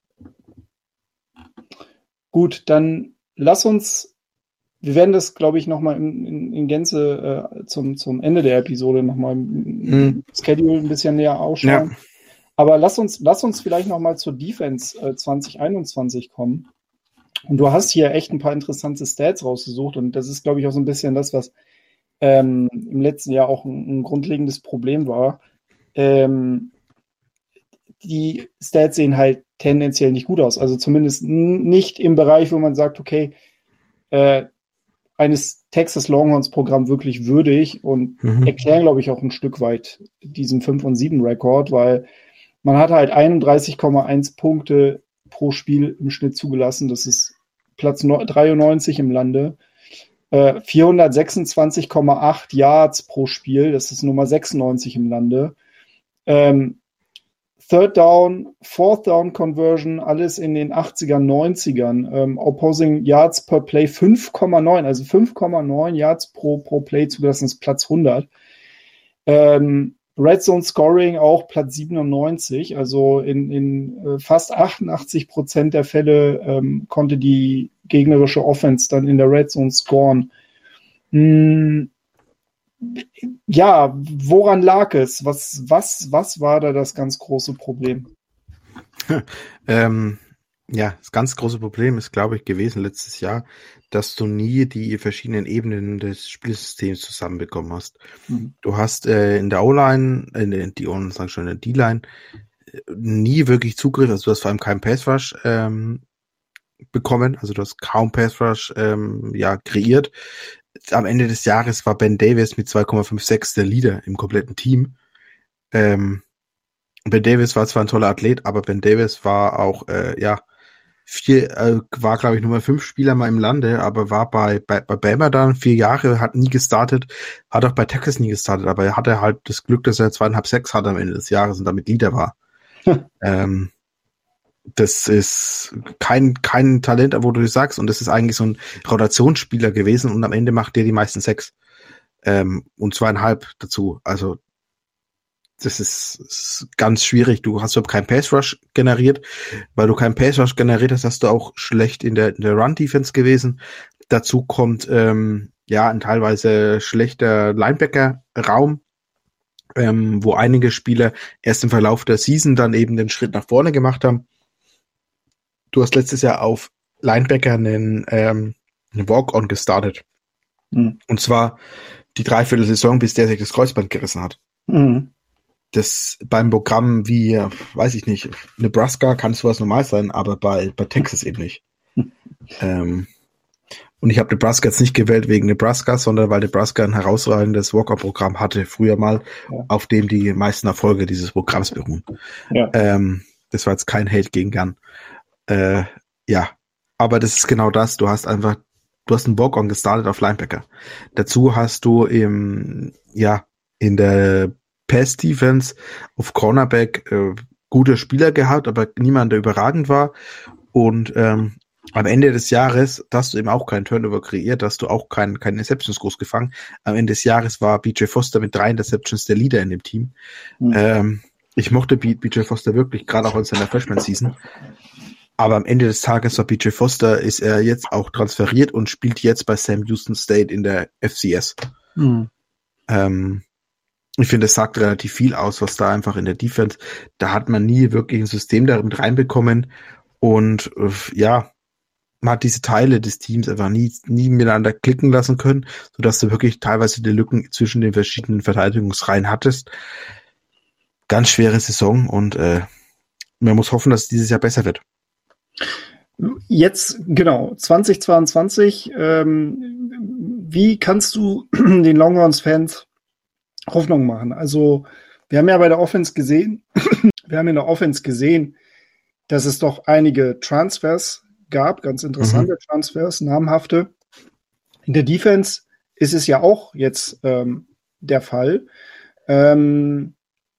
Gut, dann lass uns, wir werden das, glaube ich, nochmal in, in, in Gänze äh, zum, zum Ende der Episode nochmal im Hm. Schedule ein bisschen näher ausschauen. Ja. Aber lass uns, lass uns vielleicht nochmal zur Defense äh, zwanzig einundzwanzig kommen. Und du hast hier echt ein paar interessante Stats rausgesucht und das ist, glaube ich, auch so ein bisschen das, was ähm, im letzten Jahr auch ein, ein grundlegendes Problem war. Ähm, die Stats sehen halt tendenziell nicht gut aus. Also zumindest n- nicht im Bereich, wo man sagt, okay, äh, eines Texas Longhorns Programm wirklich würdig und Mhm. erklären, glaube ich, auch ein Stück weit diesen fünf und sieben Rekord, weil man hat halt einunddreißig Komma eins Punkte pro Spiel im Schnitt zugelassen. Das ist Platz no- dreiundneunzig im Lande. Äh, vierhundertsechsundzwanzig Komma acht Yards pro Spiel. Das ist Nummer sechsundneunzig im Lande. Ähm, Third Down, Fourth Down Conversion, alles in den achtzigern, neunzigern. Ähm, Opposing Yards per Play fünf Komma neun, also fünf Komma neun Yards pro, pro Play zugelassen, ist Platz hundert. Ähm, Red Zone Scoring auch Platz siebenundneunzig, also in, in äh, fast achtundachtzig Prozent der Fälle ähm, konnte die gegnerische Offense dann in der Red Zone scoren. Hm, ja, woran lag es? Was, was, was war da das ganz große Problem? Ähm, ja, das ganz große Problem ist, glaube ich, gewesen letztes Jahr, dass du nie die verschiedenen Ebenen des Spielsystems zusammenbekommen hast. Mhm. Du hast äh, in der O-Line, in der die O-Line, sag ich schon, in der D-Line äh, nie wirklich Zugriff, also du hast vor allem keinen Pass-Rush ähm, bekommen, also du hast kaum Pass-Rush ähm, ja, kreiert. Am Ende des Jahres war Ben Davis mit zwei Komma fünfundsechzig der Leader im kompletten Team. Ähm, Ben Davis war zwar ein toller Athlet, aber Ben Davis war auch, äh, ja, vier, äh, war, glaube ich, Nummer fünf Spieler mal im Lande, aber war bei, bei, bei Bama dann vier Jahre, hat nie gestartet, hat auch bei Texas nie gestartet, aber er hatte halt das Glück, dass er zweieinhalb Sechs hatte am Ende des Jahres und damit Leader war. ähm, das ist kein, kein Talent, wo du sagst, und das ist eigentlich so ein Rotationsspieler gewesen und am Ende macht der die meisten Sechs. Ähm, und zweieinhalb dazu. Also, das ist, ist ganz schwierig. Du hast überhaupt keinen Pass Rush generiert. Weil du keinen Pass Rush generiert hast, hast du auch schlecht in der, in der Run Defense gewesen. Dazu kommt, ähm, ja, ein teilweise schlechter Linebacker-Raum, ähm, wo einige Spieler erst im Verlauf der Season dann eben den Schritt nach vorne gemacht haben. Du hast letztes Jahr auf Linebacker einen, ähm, einen Walk-On gestartet. Mhm. Und zwar die Dreiviertelsaison, bis der sich das Kreuzband gerissen hat. Mhm. das beim Programm wie, weiß ich nicht, Nebraska kann sowas normal sein, aber bei, bei Texas eben nicht. ähm, und ich habe Nebraska jetzt nicht gewählt wegen Nebraska, sondern weil Nebraska ein herausragendes Walker-Programm hatte, früher mal, ja. auf dem die meisten Erfolge dieses Programms beruhen. Ja. Ähm, das war jetzt kein Hate gegen Gun. Äh, ja, aber das ist genau das. Du hast einfach, du hast einen Walk-on gestartet auf Linebacker. Dazu hast du im, ja, in der Pass-Defense auf Cornerback äh, gute Spieler gehabt, aber niemand, der überragend war. Und ähm, am Ende des Jahres hast du eben auch keinen Turnover kreiert, hast du auch keinen keinen Interceptions groß gefangen. Am Ende des Jahres war B J Foster mit drei Interceptions der Leader in dem Team. Mhm. Ähm, ich mochte B J Foster wirklich, gerade auch in seiner Freshman-Season. Aber am Ende des Tages war B J Foster, ist er jetzt auch transferiert und spielt jetzt bei Sam Houston State in der F C S. Mhm. Ähm, ich finde, das sagt relativ viel aus, was da einfach in der Defense, da hat man nie wirklich ein System damit reinbekommen und äh, ja, man hat diese Teile des Teams einfach nie, nie miteinander klicken lassen können, sodass du wirklich teilweise die Lücken zwischen den verschiedenen Verteidigungsreihen hattest. Ganz schwere Saison und äh, man muss hoffen, dass es dieses Jahr besser wird. Jetzt, genau, zwanzig zweiundzwanzig, ähm, wie kannst du den Longhorns-Fans Hoffnung machen? Also, wir haben ja bei der Offense gesehen, wir haben in der Offense gesehen, dass es doch einige Transfers gab, ganz interessante mhm. Transfers, namhafte. In der Defense ist es ja auch jetzt ähm, der Fall. Ähm,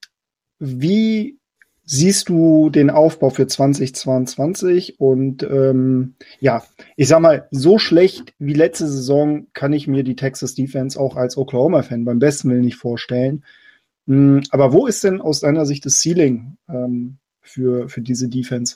wie siehst du den Aufbau für zwanzig zweiundzwanzig? Und ähm, ja, ich sag mal, so schlecht wie letzte Saison kann ich mir die Texas Defense auch als Oklahoma-Fan beim besten Willen nicht vorstellen. Mhm, aber wo ist denn aus deiner Sicht das Ceiling ähm, für, für diese Defense?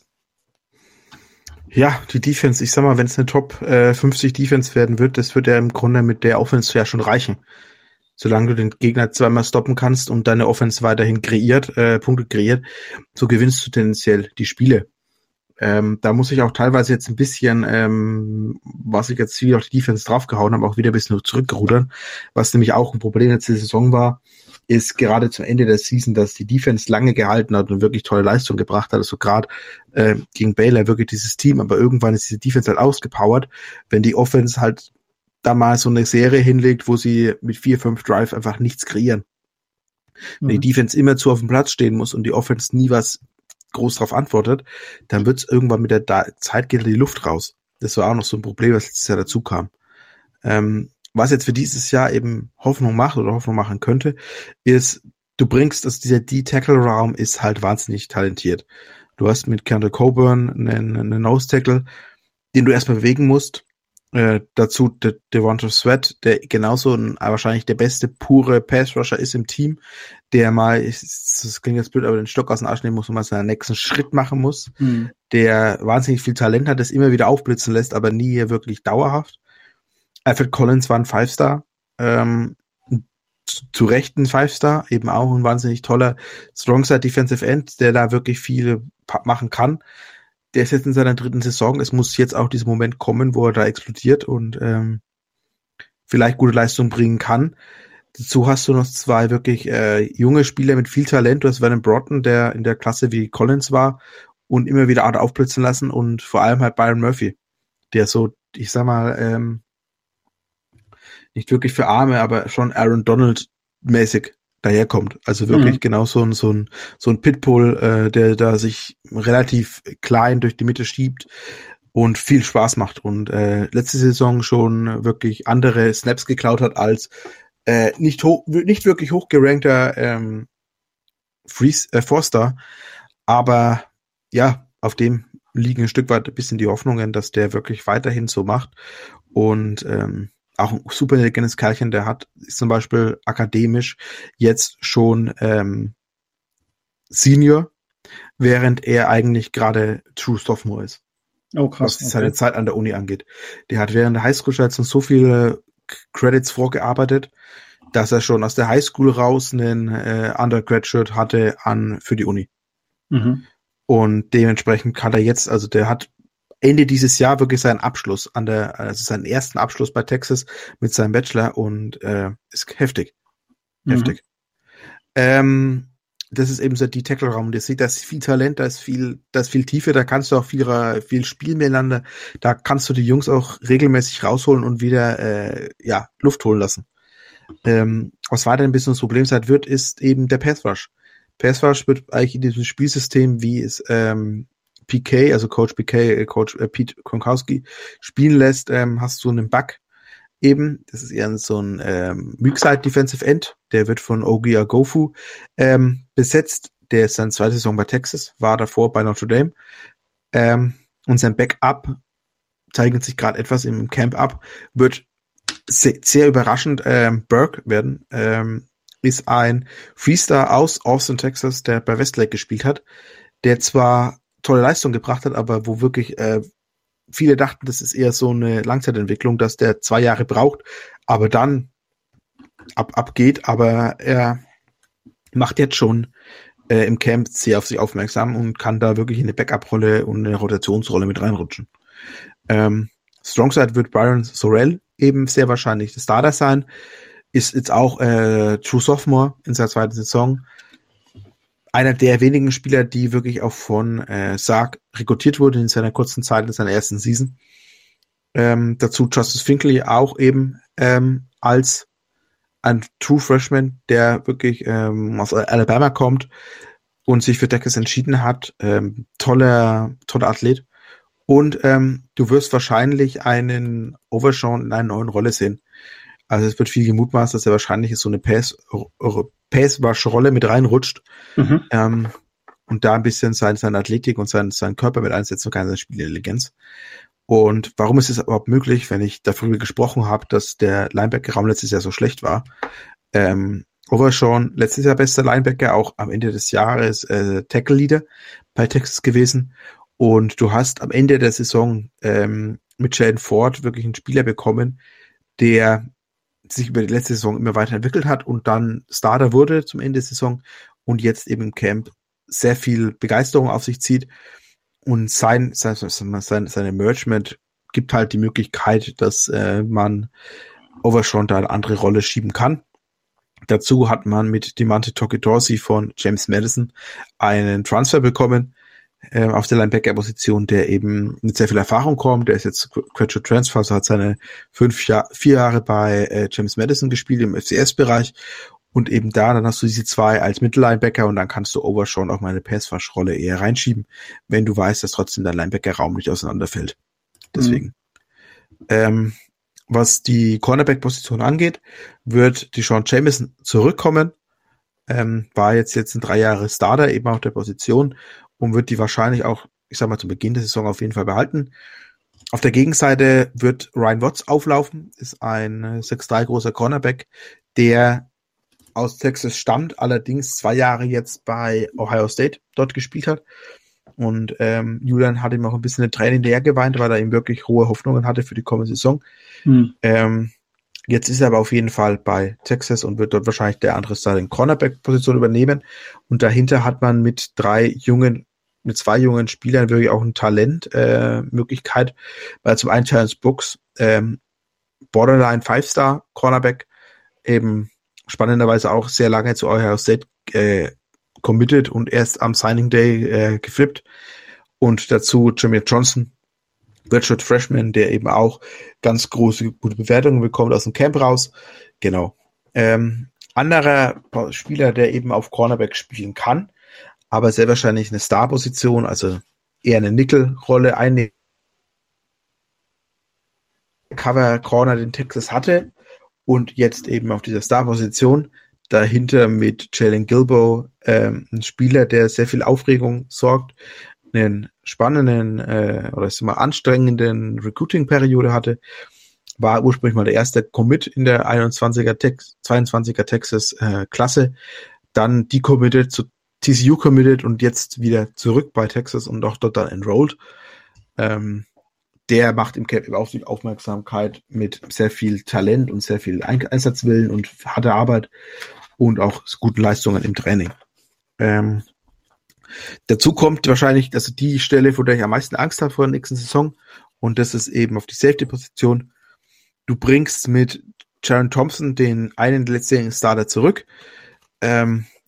Ja, die Defense, ich sag mal, wenn es eine Top äh, fünfzig Defense werden wird, das wird ja im Grunde mit der Offense ja schon reichen. Solange du den Gegner zweimal stoppen kannst und deine Offense weiterhin kreiert, äh, Punkte kreiert, so gewinnst du tendenziell die Spiele. Ähm, da muss ich auch teilweise jetzt ein bisschen, ähm, was ich jetzt viel auf die Defense draufgehauen habe, auch wieder ein bisschen zurückgerudern. Was nämlich auch ein Problem letzte Saison war, ist gerade zum Ende der Season, dass die Defense lange gehalten hat und wirklich tolle Leistung gebracht hat. Also gerade äh, gegen Baylor wirklich dieses Team, aber irgendwann ist diese Defense halt ausgepowert, wenn die Offense halt da mal so eine Serie hinlegt, wo sie mit vier, fünf Drive einfach nichts kreieren. Mhm. Wenn die Defense immer zu auf dem Platz stehen muss und die Offense nie was groß drauf antwortet, dann wird es irgendwann mit der da- Zeit geht die Luft raus. Das war auch noch so ein Problem, was letztes Jahr dazu kam. Ähm, was jetzt für dieses Jahr eben Hoffnung macht oder Hoffnung machen könnte, ist, du bringst, dass dieser D-Tackle-Raum ist halt wahnsinnig talentiert. Du hast mit Kendall Coburn einen, einen Nose-Tackle, den du erstmal bewegen musst. Äh, dazu De- Devonta Sweat, der genauso ein, wahrscheinlich der beste pure Pass-Rusher ist im Team, der mal, das klingt jetzt blöd, aber den Stock aus dem Arsch nehmen muss und mal seinen nächsten Schritt machen muss, mhm. der wahnsinnig viel Talent hat, das immer wieder aufblitzen lässt, aber nie wirklich dauerhaft. Alfred Collins war ein Five-Star, ähm, zu, zu Recht ein Five-Star, eben auch ein wahnsinnig toller Strongside Defensive End, der da wirklich viel machen kann. Der ist jetzt in seiner dritten Saison. Es muss jetzt auch dieser Moment kommen, wo er da explodiert und ähm, vielleicht gute Leistung bringen kann. Dazu hast du noch zwei wirklich äh, junge Spieler mit viel Talent. Du hast Vernon Broughton, der in der Klasse wie Collins war und immer wieder Art aufblitzen lassen und vor allem halt Byron Murphy, der so, ich sag mal, ähm, nicht wirklich für Arme, aber schon Aaron Donald-mäßig daherkommt. Also wirklich mhm. genau so ein, so ein, so ein Pitbull, äh, der da sich relativ klein durch die Mitte schiebt und viel Spaß macht und äh, letzte Saison schon wirklich andere Snaps geklaut hat als äh, nicht hoch, nicht wirklich hochgerankter ähm, Freeze, äh, Forster, aber ja, auf dem liegen ein Stück weit ein bisschen die Hoffnungen, dass der wirklich weiterhin so macht und ähm, auch ein super intelligentes Kerlchen, der hat, ist zum Beispiel akademisch jetzt schon ähm, Senior, während er eigentlich gerade True Sophomore ist. Oh krass. Was okay. seine Zeit an der Uni angeht. Der hat während der Highschool-Zeit so viele Credits vorgearbeitet, dass er schon aus der Highschool raus einen äh, Undergraduate hatte an für die Uni. Mhm. Und dementsprechend kann er jetzt, also der hat Ende dieses Jahr wirklich seinen Abschluss an der, also seinen ersten Abschluss bei Texas mit seinem Bachelor und äh, ist heftig. Heftig. Mhm. Ähm, das ist eben so die Tackle-Raum. Ihr seht, da ist viel Talent, da ist viel, da ist viel Tiefe, da kannst du auch viel, viel Spiel miteinander, da kannst du die Jungs auch regelmäßig rausholen und wieder, äh, ja, Luft holen lassen. Ähm, was weiterhin ein bisschen das Problem sein wird, ist eben der Pass-Rush. Pass-Rush wird eigentlich in diesem Spielsystem, wie es, ähm, P K, also Coach P K, äh, Coach äh, Pete Gronkowski spielen lässt, ähm, hast du einen Bug eben. Das ist eher so ein ähm, Weakside Defensive End. Der wird von Ogi Agofu ähm, besetzt. Der ist seine zweite Saison bei Texas, war davor bei Notre Dame. Ähm, und sein Backup zeichnet sich gerade etwas im Camp ab, wird sehr, sehr überraschend ähm, Burke werden. Ähm, ist ein Freestar aus Austin, Texas, der bei Westlake gespielt hat, der zwar tolle Leistung gebracht hat, aber wo wirklich äh, viele dachten, das ist eher so eine Langzeitentwicklung, dass der zwei Jahre braucht, aber dann ab, abgeht. Aber er macht jetzt schon äh, im Camp sehr auf sich aufmerksam und kann da wirklich in eine Backup-Rolle und eine Rotationsrolle mit reinrutschen. Ähm, Strongside wird Byron Sorrell eben sehr wahrscheinlich der Starter sein. Ist jetzt auch äh, True Sophomore in seiner zweiten Saison. Einer der wenigen Spieler, die wirklich auch von äh, Sark rekrutiert wurde in seiner kurzen Zeit in seiner ersten Season. Ähm, dazu Justice Finkley auch eben ähm, als ein True Freshman, der wirklich ähm, aus Alabama kommt und sich für Texas entschieden hat. Ähm, toller, toller Athlet. Und ähm, du wirst wahrscheinlich einen Overshawn in einer neuen Rolle sehen. Also es wird viel gemutmaßt, dass er wahrscheinlich so eine Pass, Pass-Rush-Rolle mit reinrutscht mhm. ähm, und da ein bisschen sein, seine Athletik und sein, seinen Körper mit einsetzen kann, seine Spielintelligenz. Und warum ist es überhaupt möglich, wenn ich darüber gesprochen habe, dass der Linebacker-Raum letztes Jahr so schlecht war? Ähm, Overshawn, letztes Jahr bester Linebacker, auch am Ende des Jahres äh, Tackle-Leader bei Texas gewesen. Und du hast am Ende der Saison ähm, mit Jaden Ford wirklich einen Spieler bekommen, der sich über die letzte Saison immer weiterentwickelt hat und dann Starter wurde zum Ende der Saison und jetzt eben im Camp sehr viel Begeisterung auf sich zieht. Und sein, sein, sein, sein Emergement gibt halt die Möglichkeit, dass äh, man Overshawn da eine andere Rolle schieben kann. Dazu hat man mit Demante Tokitorsi von James Madison einen Transfer bekommen äh, auf der Linebacker-Position, der eben mit sehr viel Erfahrung kommt. Der ist jetzt Graduate Transfer, also hat seine fünf Jahr, vier Jahre bei äh, James Madison gespielt im F C S-Bereich. Und eben da, dann hast du diese zwei als Mittellinebacker und dann kannst du Overshawn auch mal eine Pass-Rush-Rolle eher reinschieben, wenn du weißt, dass trotzdem dein Linebacker-Raum nicht auseinanderfällt. Deswegen. Mhm. Ähm, was die Cornerback-Position angeht, wird die Sean Jamison zurückkommen. Ähm, war jetzt jetzt ein drei Jahre Starter eben auf der Position und wird die wahrscheinlich auch, ich sag mal, zu Beginn der Saison auf jeden Fall behalten. Auf der Gegenseite wird Ryan Watts auflaufen, ist ein sechs drei großer Cornerback, der aus Texas stammt, allerdings zwei Jahre jetzt bei Ohio State dort gespielt hat. Und ähm, Julian hat ihm auch ein bisschen eine Träne hinterher geweint, weil er ihm wirklich hohe Hoffnungen hatte für die kommende Saison. Hm. Ähm, jetzt ist er aber auf jeden Fall bei Texas und wird dort wahrscheinlich der andere Starting Cornerback-Position übernehmen. Und dahinter hat man mit drei jungen, mit zwei jungen Spielern wirklich auch eine Talentmöglichkeit, äh, weil zum einen Terrence Brooks, ähm, Borderline Five-Star Cornerback, eben spannenderweise auch sehr lange zu Ohio State äh, committed und erst am Signing Day äh, geflippt. Und dazu Jameer Johnson, Redshirt Freshman, der eben auch ganz große, gute Bewertungen bekommt aus dem Camp raus. Genau. Ähm, anderer Spieler, der eben auf Cornerback spielen kann, aber sehr wahrscheinlich eine Star-Position, also eher eine Nickel-Rolle einnehmen. Cover Corner, den Texas hatte, und jetzt eben auf dieser Star-Position, dahinter mit Jalen Guilbeau, ähm, ein Spieler, der sehr viel Aufregung sorgt, einen spannenden äh, oder ich sag mal anstrengenden Recruiting-Periode hatte, war ursprünglich mal der erste Commit in der einundzwanziger, Tex- zweiundzwanziger Texas-Klasse, äh, dann decommitted, zu T C U committed und jetzt wieder zurück bei Texas und auch dort dann enrolled. Ähm, Der macht im Camp auch viel Aufmerksamkeit mit sehr viel Talent und sehr viel Einsatzwillen und harte Arbeit und auch guten Leistungen im Training. Ähm, dazu kommt wahrscheinlich, also die Stelle, vor der ich am meisten Angst habe vor der nächsten Saison, und das ist eben auf die Safety-Position. Du bringst mit Jaron Thompson den einen letztjährigen Starter zurück. Ähm,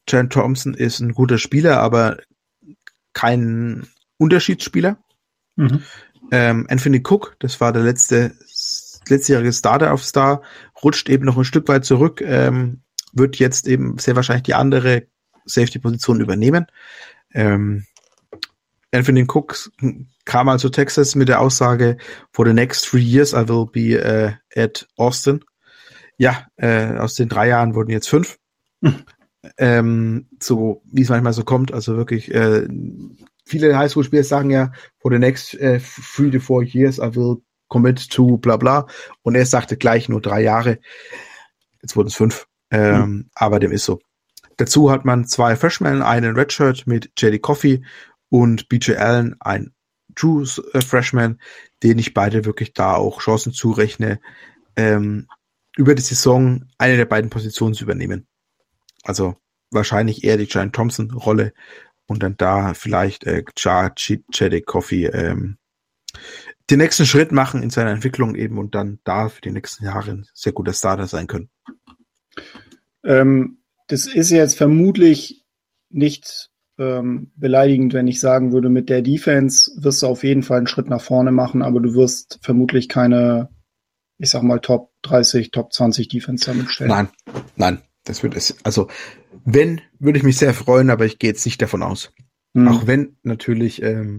Giant Thompson ist ein guter Spieler, aber kein Unterschiedsspieler. Mhm. Ähm, Anthony Cook, das war der letzte letztjährige Starter auf Star, rutscht eben noch ein Stück weit zurück, ähm, wird jetzt eben sehr wahrscheinlich die andere Safety-Position übernehmen. Ähm, Anthony Cook kam also Texas mit der Aussage, for the next three years I will be uh, at Austin. Ja, äh, aus den drei Jahren wurden jetzt fünf. Mhm. Ähm, so, wie es manchmal so kommt, also wirklich, äh, viele Highschool-Spieler sagen ja, for the next uh, three to four years I will commit to bla bla. Und er sagte gleich nur drei Jahre. Jetzt wurden es fünf. Ähm, mhm. Aber dem ist so. Dazu hat man zwei Freshmen, einen Redshirt mit J D Coffey und B J Allen, ein True äh, Freshman, denen ich beide wirklich da auch Chancen zurechne, ähm, über die Saison eine der beiden Positionen zu übernehmen. Also wahrscheinlich eher die Giant Thompson-Rolle und dann da vielleicht äh, J D Coffey ähm, den nächsten Schritt machen in seiner Entwicklung eben und dann da für die nächsten Jahre ein sehr guter Starter sein können. Ähm, das ist jetzt vermutlich nicht ähm, beleidigend, wenn ich sagen würde, mit der Defense wirst du auf jeden Fall einen Schritt nach vorne machen, aber du wirst vermutlich keine, ich sag mal, Top dreißig, Top zwanzig Defense damit stellen. Nein, nein, das wird es, also wenn, würde ich mich sehr freuen, aber ich gehe jetzt nicht davon aus. Hm. Auch wenn natürlich ähm,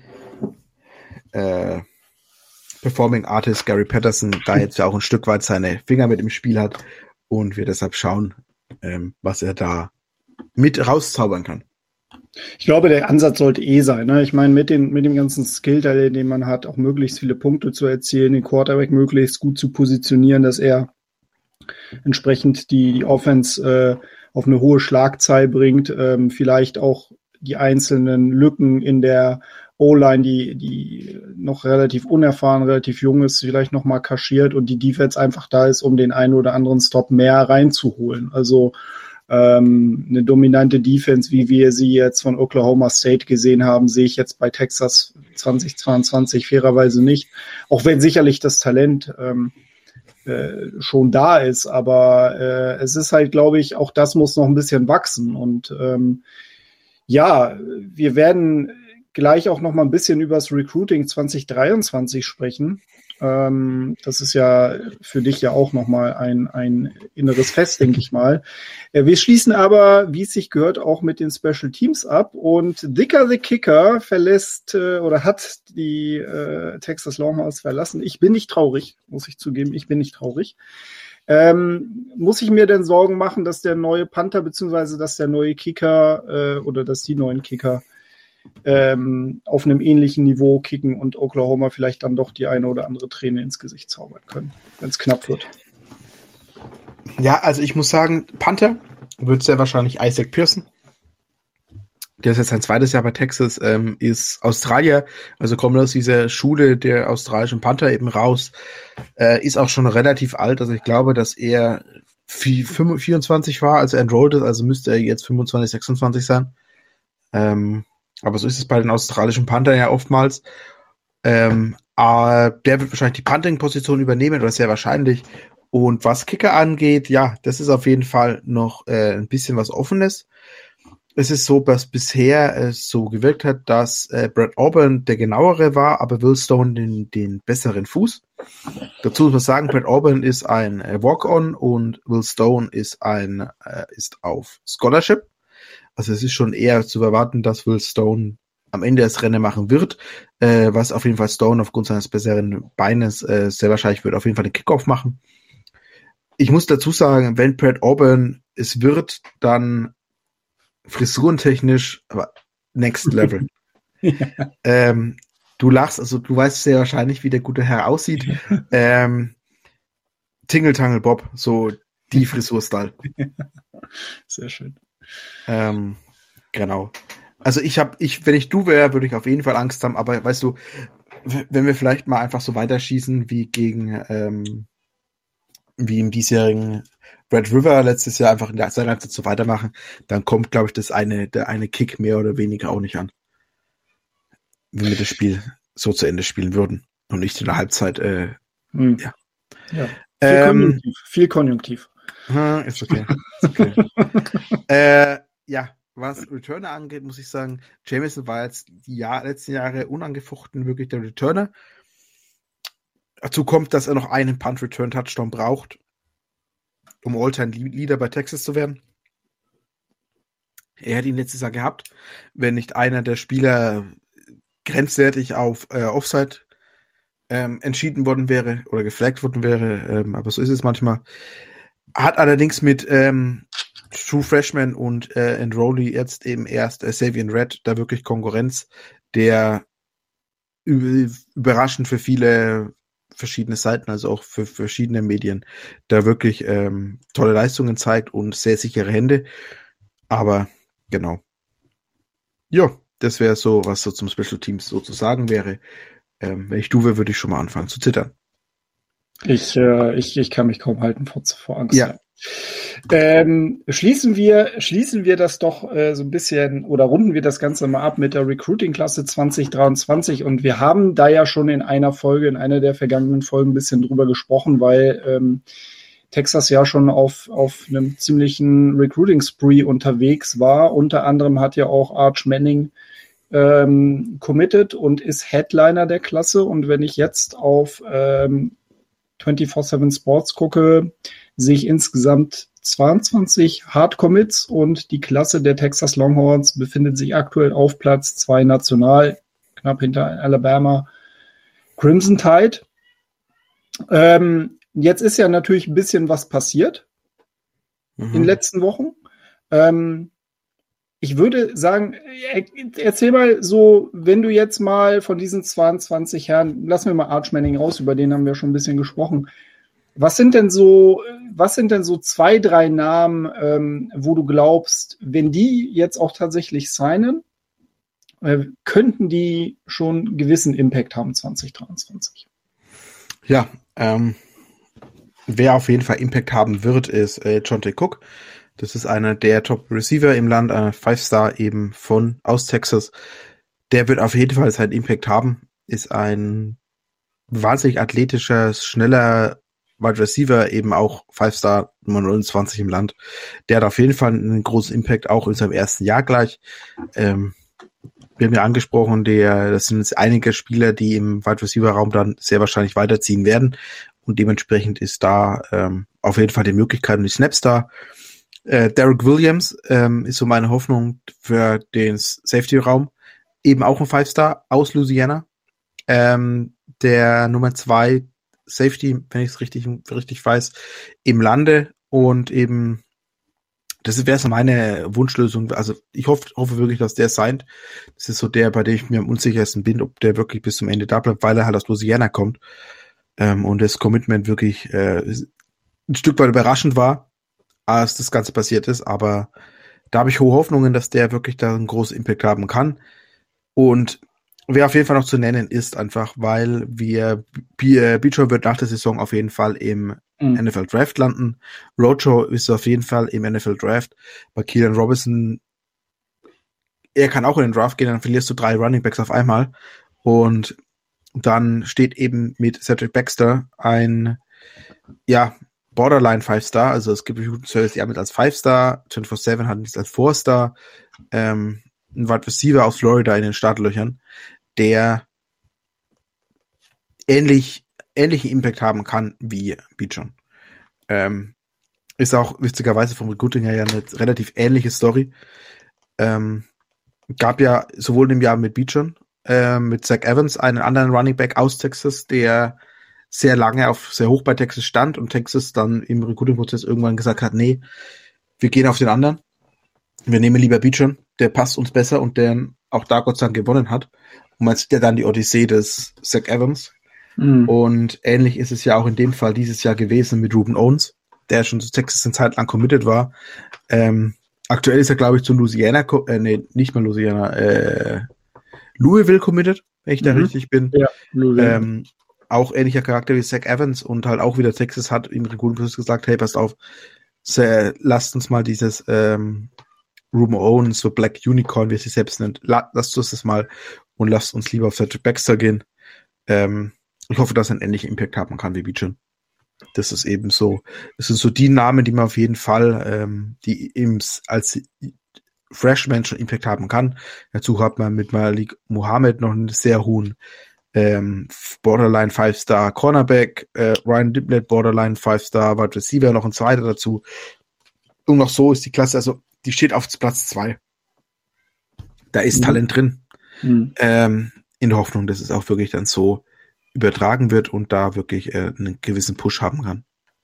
äh, Performing Artist Gary Patterson da jetzt ja auch ein Stück weit seine Finger mit im Spiel hat und wir deshalb schauen, ähm, was er da mit rauszaubern kann. Ich glaube, der Ansatz sollte eh sein. Ne? Ich meine, mit, den, mit dem ganzen Skill-Teil, den man hat, auch möglichst viele Punkte zu erzielen, den Quarterback möglichst gut zu positionieren, dass er entsprechend die, die Offense äh, auf eine hohe Schlagzahl bringt, ähm, vielleicht auch die einzelnen Lücken in der O-Line, die, die noch relativ unerfahren, relativ jung ist, vielleicht nochmal kaschiert und die Defense einfach da ist, um den einen oder anderen Stop mehr reinzuholen. Also ähm, eine dominante Defense, wie wir sie jetzt von Oklahoma State gesehen haben, sehe ich jetzt bei Texas zwanzig zweiundzwanzig fairerweise nicht. Auch wenn sicherlich das Talent ähm, äh, schon da ist, aber äh, es ist halt, glaube ich, auch das muss noch ein bisschen wachsen. Und ähm, ja, wir werden gleich auch noch mal ein bisschen über das Recruiting zwanzig dreiundzwanzig sprechen. Ähm, das ist ja für dich ja auch noch mal ein, ein inneres Fest, denke ich mal. Äh, wir schließen aber, wie es sich gehört, auch mit den Special Teams ab. Und Dicker the Kicker verlässt äh, oder hat die äh, Texas Longhorns verlassen. Ich bin nicht traurig, muss ich zugeben. Ich bin nicht traurig. Ähm, muss ich mir denn Sorgen machen, dass der neue Panther beziehungsweise dass der neue Kicker äh, oder dass die neuen Kicker ähm, auf einem ähnlichen Niveau kicken und Oklahoma vielleicht dann doch die eine oder andere Träne ins Gesicht zaubern können, wenn es knapp wird? Ja, also ich muss sagen, Panther wird sehr wahrscheinlich Isaac Pearson. Der ist jetzt sein zweites Jahr bei Texas, ähm, ist Australier, also kommt aus dieser Schule der australischen Panther eben raus, äh, ist auch schon relativ alt, also ich glaube, dass er vierundzwanzig war, als er enrolled ist, also müsste er jetzt fünfundzwanzig, sechsundzwanzig sein. Ähm, aber so ist es bei den australischen Panthern ja oftmals. Ähm, äh, der wird wahrscheinlich die Punting-Position übernehmen, oder sehr wahrscheinlich. Und was Kicker angeht, ja, das ist auf jeden Fall noch äh, ein bisschen was Offenes. Es ist so, dass bisher es so gewirkt hat, dass äh, Brad Auburn der genauere war, aber Will Stone den, den besseren Fuß. Dazu muss man sagen, Brad Auburn ist ein äh, Walk-on und Will Stone ist ein äh, ist auf Scholarship. Also es ist schon eher zu erwarten, dass Will Stone am Ende das Rennen machen wird, äh, was auf jeden Fall Stone aufgrund seines besseren Beines äh, sehr wahrscheinlich wird auf jeden Fall den Kickoff machen. Ich muss dazu sagen, wenn Brad Auburn es wird, dann frisurentechnisch, aber next level. Ja. Ähm, du lachst, also du weißt sehr wahrscheinlich, wie der gute Herr aussieht. ähm, Tingle Tangle Bob, so die Frisur-Style. Sehr schön. Ähm, genau. Also ich habe, ich, wenn ich du wäre, würde ich auf jeden Fall Angst haben, aber weißt du, wenn wir vielleicht mal einfach so weiterschießen wie gegen, ähm, wie im diesjährigen Red River letztes Jahr einfach in der Halbzeit so weitermachen, dann kommt, glaube ich, das eine, der eine Kick mehr oder weniger auch nicht an. Wenn wir das Spiel so zu Ende spielen würden und nicht in der Halbzeit, äh, hm. ja. ja. Viel, ähm, Konjunktiv. Viel Konjunktiv. Ist okay. Ist okay. äh, ja, was Returner angeht, muss ich sagen, Jameson war jetzt die Jahr, letzten Jahre unangefochten wirklich der Returner. Dazu kommt, dass er noch einen Punt-Return-Touchdown braucht, um All-Time-Leader bei Texas zu werden. Er hätte ihn letztes Jahr gehabt, wenn nicht einer der Spieler grenzwertig auf äh, Offside ähm, entschieden worden wäre oder geflaggt worden wäre, ähm, aber so ist es manchmal. Hat allerdings mit ähm, True Freshman und äh, Enrollee jetzt eben erst äh, Savion Red da wirklich Konkurrenz, der üb- überraschend für viele verschiedene Seiten, also auch für verschiedene Medien, da wirklich ähm, tolle Leistungen zeigt und sehr sichere Hände. Aber genau. Ja, das wäre so, was so zum Special Teams so zu sagen wäre. Ähm, wenn ich du wäre, würde ich schon mal anfangen zu zittern. Ich, äh, ich, ich kann mich kaum halten vor, vor Angst. Ja. Ähm, schließen wir, schließen wir das doch äh, so ein bisschen oder runden wir das Ganze mal ab mit der Recruiting-Klasse zwanzig dreiundzwanzig und wir haben da ja schon in einer Folge, in einer der vergangenen Folgen ein bisschen drüber gesprochen, weil ähm, Texas ja schon auf, auf einem ziemlichen Recruiting-Spree unterwegs war. Unter anderem hat ja auch Arch Manning ähm, committed und ist Headliner der Klasse. Und wenn ich jetzt auf ähm, vierundzwanzig sieben Sports gucke, sehe ich insgesamt zweiundzwanzig Hardcommits und die Klasse der Texas Longhorns befindet sich aktuell auf Platz zwei national, knapp hinter Alabama Crimson Tide. Ähm, jetzt ist ja natürlich ein bisschen was passiert mhm. in den letzten Wochen. Ähm, ich würde sagen, erzähl mal so, wenn du jetzt mal von diesen zweiundzwanzig Herren, lassen wir mal Arch Manning raus, über den haben wir schon ein bisschen gesprochen. Was sind denn so, was sind denn so zwei, drei Namen, ähm, wo du glaubst, wenn die jetzt auch tatsächlich signen, äh, könnten die schon einen gewissen Impact haben zwanzig dreiundzwanzig? Ja, ähm, wer auf jeden Fall Impact haben wird, ist äh, Jonte Cook. Das ist einer der Top-Receiver im Land, ein Five-Star eben von aus Texas. Der wird auf jeden Fall seinen Impact haben. Ist ein wahnsinnig athletischer, schneller Wide Receiver, eben auch Five-Star Nummer neunundzwanzig im Land. Der hat auf jeden Fall einen großen Impact, auch in seinem ersten Jahr gleich. Ähm, wir haben ja angesprochen, der, das sind jetzt einige Spieler, die im Wide Receiver-Raum dann sehr wahrscheinlich weiterziehen werden. Und dementsprechend ist da ähm, auf jeden Fall die Möglichkeit und die Snaps da. Äh, Derek Williams ähm, ist so meine Hoffnung für den Safety-Raum. Eben auch ein Five-Star aus Louisiana. Ähm, der Nummer zwei Safety, wenn ich es richtig, richtig weiß, im Lande. Und eben, das wäre so meine Wunschlösung. Also ich hoffe, hoffe wirklich, dass der signed. Das ist so der, bei dem ich mir am unsichersten bin, ob der wirklich bis zum Ende da bleibt, weil er halt aus Louisiana kommt. Ähm, und das Commitment wirklich äh, ein Stück weit überraschend war, als das Ganze passiert ist, aber da habe ich hohe Hoffnungen, dass der wirklich da einen großen Impact haben kann. Und wer auf jeden Fall noch zu nennen ist, einfach, weil wir Bicho wird nach der Saison auf jeden Fall im mhm. N F L Draft landen. Rojo ist auf jeden Fall im N F L Draft. Bei Keelan Robinson, er kann auch in den Draft gehen, dann verlierst du drei Running Backs auf einmal. Und dann steht eben mit Cedric Baxter ein, ja, Borderline Five-Star, also es gibt Recruiting Service, die haben es als Five-Star, vierundzwanzig sieben hat es als Four-Star, ähm, ein Wide Receiver aus Florida in den Startlöchern, der ähnlich, ähnlichen Impact haben kann wie Bichon. Ähm, ist auch witzigerweise vom Recruiting her ja eine relativ ähnliche Story. Ähm, gab ja sowohl im Jahr mit Bichon, äh, mit Zach Evans, einen anderen Running Back aus Texas, der sehr lange auf sehr hoch bei Texas stand und Texas dann im Recruiting-Prozess irgendwann gesagt hat, nee, wir gehen auf den anderen. Wir nehmen lieber Bichon, der passt uns besser und der auch da Gott sei Dank gewonnen hat. Und man sieht ja dann die Odyssee des Zach Evans. Mhm. Und ähnlich ist es ja auch in dem Fall dieses Jahr gewesen mit Ruben Owens, der schon zu Texas eine Zeit lang committed war. Ähm, aktuell ist er, glaube ich, zu Louisiana, äh, nee, nicht mal Louisiana, äh, Louisville committed, wenn ich mhm. da richtig bin. Ja, ähm, auch ähnlicher Charakter wie Zach Evans und halt auch wieder Texas hat im Recruiting-Prozess gesagt, hey, passt auf, sehr, lasst uns mal dieses ähm, Ruben Owens, so Black Unicorn, wie es sich selbst nennt, la, lasst uns das mal und lasst uns lieber auf Cedric Baxter gehen. Ähm, ich hoffe, dass er einen ähnlichen Impact haben kann wie Bichon. Das ist eben so, das sind so die Namen, die man auf jeden Fall, ähm, die eben als Freshman schon Impact haben kann. Dazu hat man mit Malik Muhammad noch einen sehr hohen ähm, Borderline Five-Star Cornerback, äh, Ryan Diblet Borderline Five-Star Wide Receiver, noch ein zweiter dazu. Und noch so ist die Klasse, also die steht auf Platz zwei. Da ist mhm. Talent drin. Mhm. Ähm, in der Hoffnung, dass es auch wirklich dann so übertragen wird und da wirklich äh, einen gewissen Push haben kann.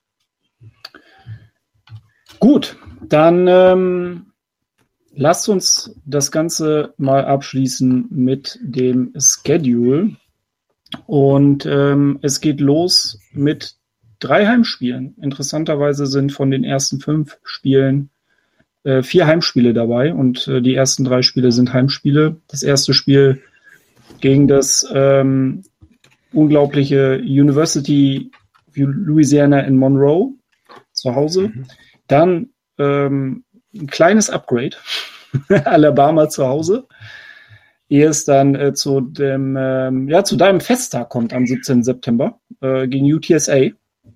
Gut, dann ähm, lasst uns das Ganze mal abschließen mit dem Schedule. Und ähm, es geht los mit drei Heimspielen. Interessanterweise sind von den ersten fünf Spielen äh, vier Heimspiele dabei und äh, die ersten drei Spiele sind Heimspiele. Das erste Spiel gegen das ähm, unglaubliche University of Louisiana in Monroe zu Hause. Mhm. Dann ähm, ein kleines Upgrade, Alabama zu Hause, ehe es dann äh, zu dem, ähm, ja, zu deinem Festtag kommt am siebzehnten September äh, gegen U T S A.